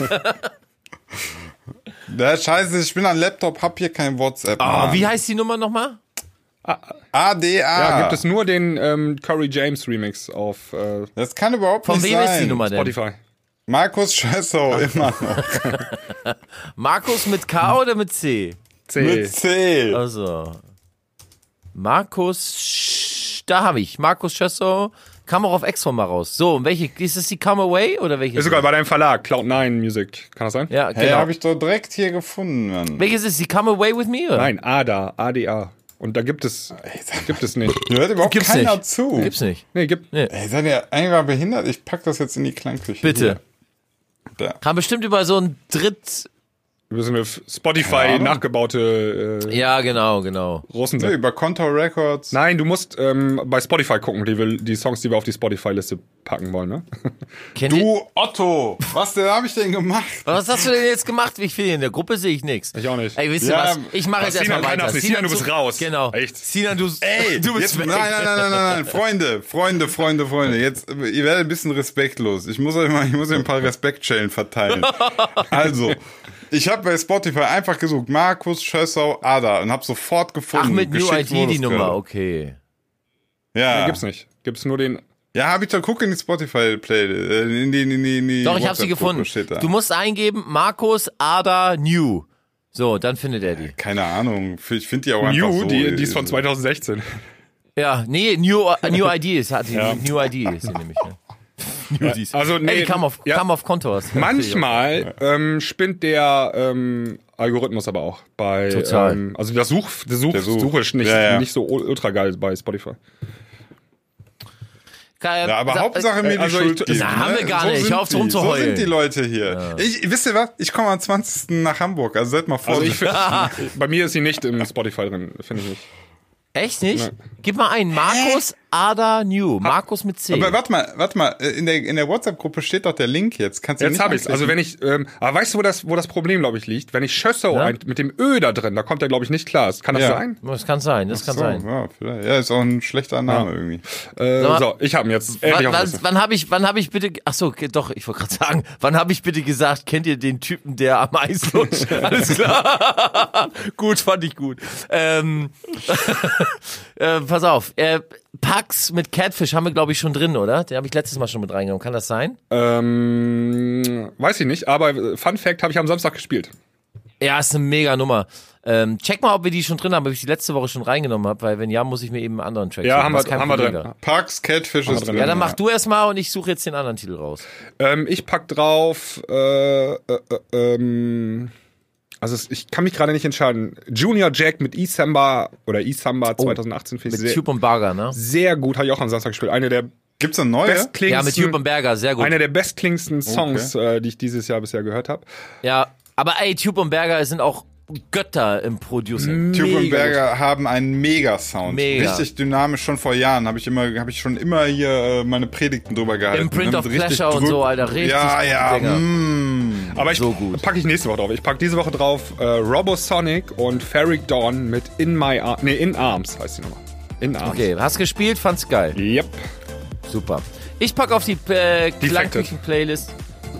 Der Scheiße, ich bin am Laptop, hab hier kein WhatsApp. Ah, Mann. wie heißt die Nummer nochmal? A D A. Ja, gibt es nur den ähm, Curry James Remix auf äh, Das kann überhaupt Von nicht wem sein. ist die Nummer denn? Spotify. Markus Schössow, immer noch. Markus mit K oder mit C? C. Mit C. Also. Markus, Sch da habe ich. Markus Schössow. Kam auch auf Exxon mal raus. So, und welche, ist das die Come Away oder welche? Ist sogar bei deinem Verlag, Cloud nine Music. Kann das sein? Ja, Hey, genau. hab ich doch direkt hier gefunden, Mann. Welches ist die Come Away with me? Oder? Nein, A D A, A D A. Und da gibt es, gibt es nicht. Hört überhaupt Gibt's keiner nicht. zu. Gibt's nicht. Nee, gibt, Ey, seid ihr eigentlich mal behindert? Ich pack das jetzt in die Klangküche. Bitte. Hier. Da. Kam bestimmt über so ein Dritt, ein bisschen eine Spotify nachgebaute äh, Ja, genau, genau. Russen Ja, sind. über Contour Records. Nein, du musst ähm, bei Spotify gucken, die, wir, die Songs, die wir auf die Spotify-Liste packen wollen, ne? Kennt ihr, Du Otto, was denn habe ich denn gemacht? was hast du denn jetzt gemacht? Ich finde, in der Gruppe sehe ich nichts. Ich auch nicht. Ey, wisst ihr Ja, was? Ich mache jetzt Sinan erstmal kann weiter. das nicht. Sinan, du bist raus. Genau. Echt? Sinan, du, Ey, du bist jetzt, weg. nein, nein, nein, nein, nein, nein, Freunde, Freunde, Freunde, Freunde, jetzt, ihr werdet ein bisschen respektlos. Ich muss euch mal, ich muss euch ein paar Respektschellen verteilen. Also, ich habe bei Spotify einfach gesucht, Markus Schössau Ada und habe sofort gefunden. Ach, mit New geschickt I D die wurde es Nummer, gerade. okay. Ja, Nee, gibt's nicht. Gibt's nur den. ja, habe ich da, guck in die Spotify-Play, in die, in die, in die Doch, ich habe sie WhatsApp-Gruppe gefunden. steht da. Du musst eingeben, Markus Ada New. So, dann findet er die. Keine Ahnung, ich finde die auch einfach New, so. die, die ist von zwanzig sechzehn. Ja, nee, New, New I D ist, hat die, Ja. New I D ist sie nämlich, ne? New I Ds. also, nee, Ey, kam auf, ja. kam auf Contours. Manchmal ähm, spinnt der ähm, Algorithmus aber auch bei. Total. Ähm, also das Such, der Such, Der Such. Suche ist nicht, Ja, ja. nicht so ultra geil bei Spotify. Ja, aber Hauptsache mir die also Schuld ich- geben. Na, haben wir ne? gar nicht. sind Hör auf, die. rumzuheulen. So sind die Leute hier. Ich, wisst ihr was? Ich komme am zwanzigsten nach Hamburg, also seid mal Also ich vorsichtig. find, bei mir ist sie nicht im Spotify drin, finde ich nicht. Echt nicht? Nein. Gib mal ein. Markus Ada New. Markus mit C. Aber warte mal, warte mal, in der, in der WhatsApp-Gruppe steht doch der Link jetzt. Kannst du Jetzt nicht habe ich's. Also wenn ich, ähm, aber weißt du, wo das, wo das Problem, glaube ich, liegt? Wenn ich Schössow Ja? ein, mit dem Ö da drin, da kommt der, glaube ich, nicht klar. Kann das Ja. sein? Das kann sein, das kann so, sein. Ja, vielleicht. Ja, ist auch ein schlechter Name Ja. irgendwie. Äh, mal- so, ich habe ihn jetzt Wann, endlich auf der wann, Liste. wann habe ich, wann habe ich bitte, ach so, okay, doch, ich wollte gerade sagen, wann habe ich bitte gesagt, kennt ihr den Typen, der am Eis lutscht? Alles klar. Gut, fand ich gut. Ähm, äh, pass auf, äh, Pax mit Catfish haben wir, glaube ich, schon drin, oder? Den habe ich letztes Mal schon mit reingenommen. Kann das sein? Ähm, weiß ich nicht, aber äh, Fun Fact habe ich am Samstag gespielt. Ja, ist eine mega Nummer. Ähm, check mal, ob wir die schon drin haben, ob ich die letzte Woche schon reingenommen habe, weil wenn ja, muss ich mir eben einen anderen Track Ja, suchen. haben Das ist wir, kein haben wir Problem drin. da. Parks Catfish ist drin. Ja, dann mach du erst mal und ich suche jetzt den anderen Titel raus. Ähm, ich pack drauf, äh, äh, äh, ähm, also es, ich kann mich gerade nicht entscheiden. Junior Jack mit E-Samba oder E-Samba zwanzig achtzehn finde ich Mit sehr, Tube und Barger, ne? sehr gut, habe ich auch am Samstag gespielt. Eine der Gibt's eine neue? bestklingendsten, Ja, mit Tube und Barger, sehr gut. eine der bestklingendsten Songs, äh, die ich dieses Jahr bisher gehört habe. Ja, aber ey, Tube und Berger sind auch Götter im Producing. Tube und Mega Berger haben einen Mega-Sound. Mega. Richtig dynamisch, schon vor Jahren. Habe ich immer, habe ich schon immer hier äh, meine Predigten drüber gehalten. Imprint Ne? of Mit richtig Pleasure und Druck. so, Alter, richtig Ja, gute ja, Dinger. mm. Aber ich So gut. packe ich nächste Woche drauf. Ich packe diese Woche drauf äh, Robosonic und Ferric Dawn mit In My Ar nee, In Arms heißt die Nummer. In Arms. Okay, hast gespielt, fand's geil. Yep. Super. Ich pack auf die äh, Defected. Klangküchen-Playlist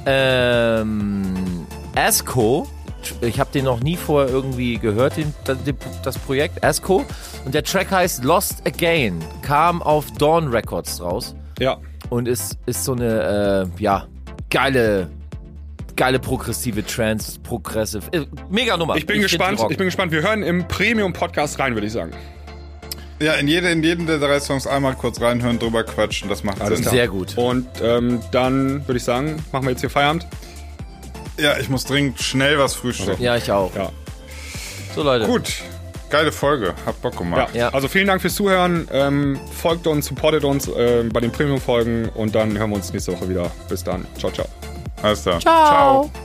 ähm, Asco. Ich habe den noch nie vorher irgendwie gehört, den, den, das Projekt Asco. Und der Track heißt Lost Again. Kam auf Dawn Records raus. Ja. Und ist, ist so eine, äh, ja, geile, geile progressive Trance, progressive, äh, mega Nummer. Ich bin find die gespannt. rocken. Ich bin gespannt. Wir hören im Premium-Podcast rein, würde ich sagen. Ja, in, jede, in jeden der drei Songs einmal kurz reinhören, drüber quatschen, das macht Alles Sinn. klar. Sehr gut. Und ähm, dann würde ich sagen, machen wir jetzt hier Feierabend. Ja, ich muss dringend schnell was frühstücken. Ja, ich auch. Ja. So, Leute. Gut, geile Folge, hat Bock Ja. gemacht. Ja. Also vielen Dank fürs Zuhören. Ähm, folgt uns, supportet uns äh, bei den Premium-Folgen und dann hören wir uns nächste Woche wieder. Bis dann. Ciao, ciao. Alles klar. Ciao. Ciao.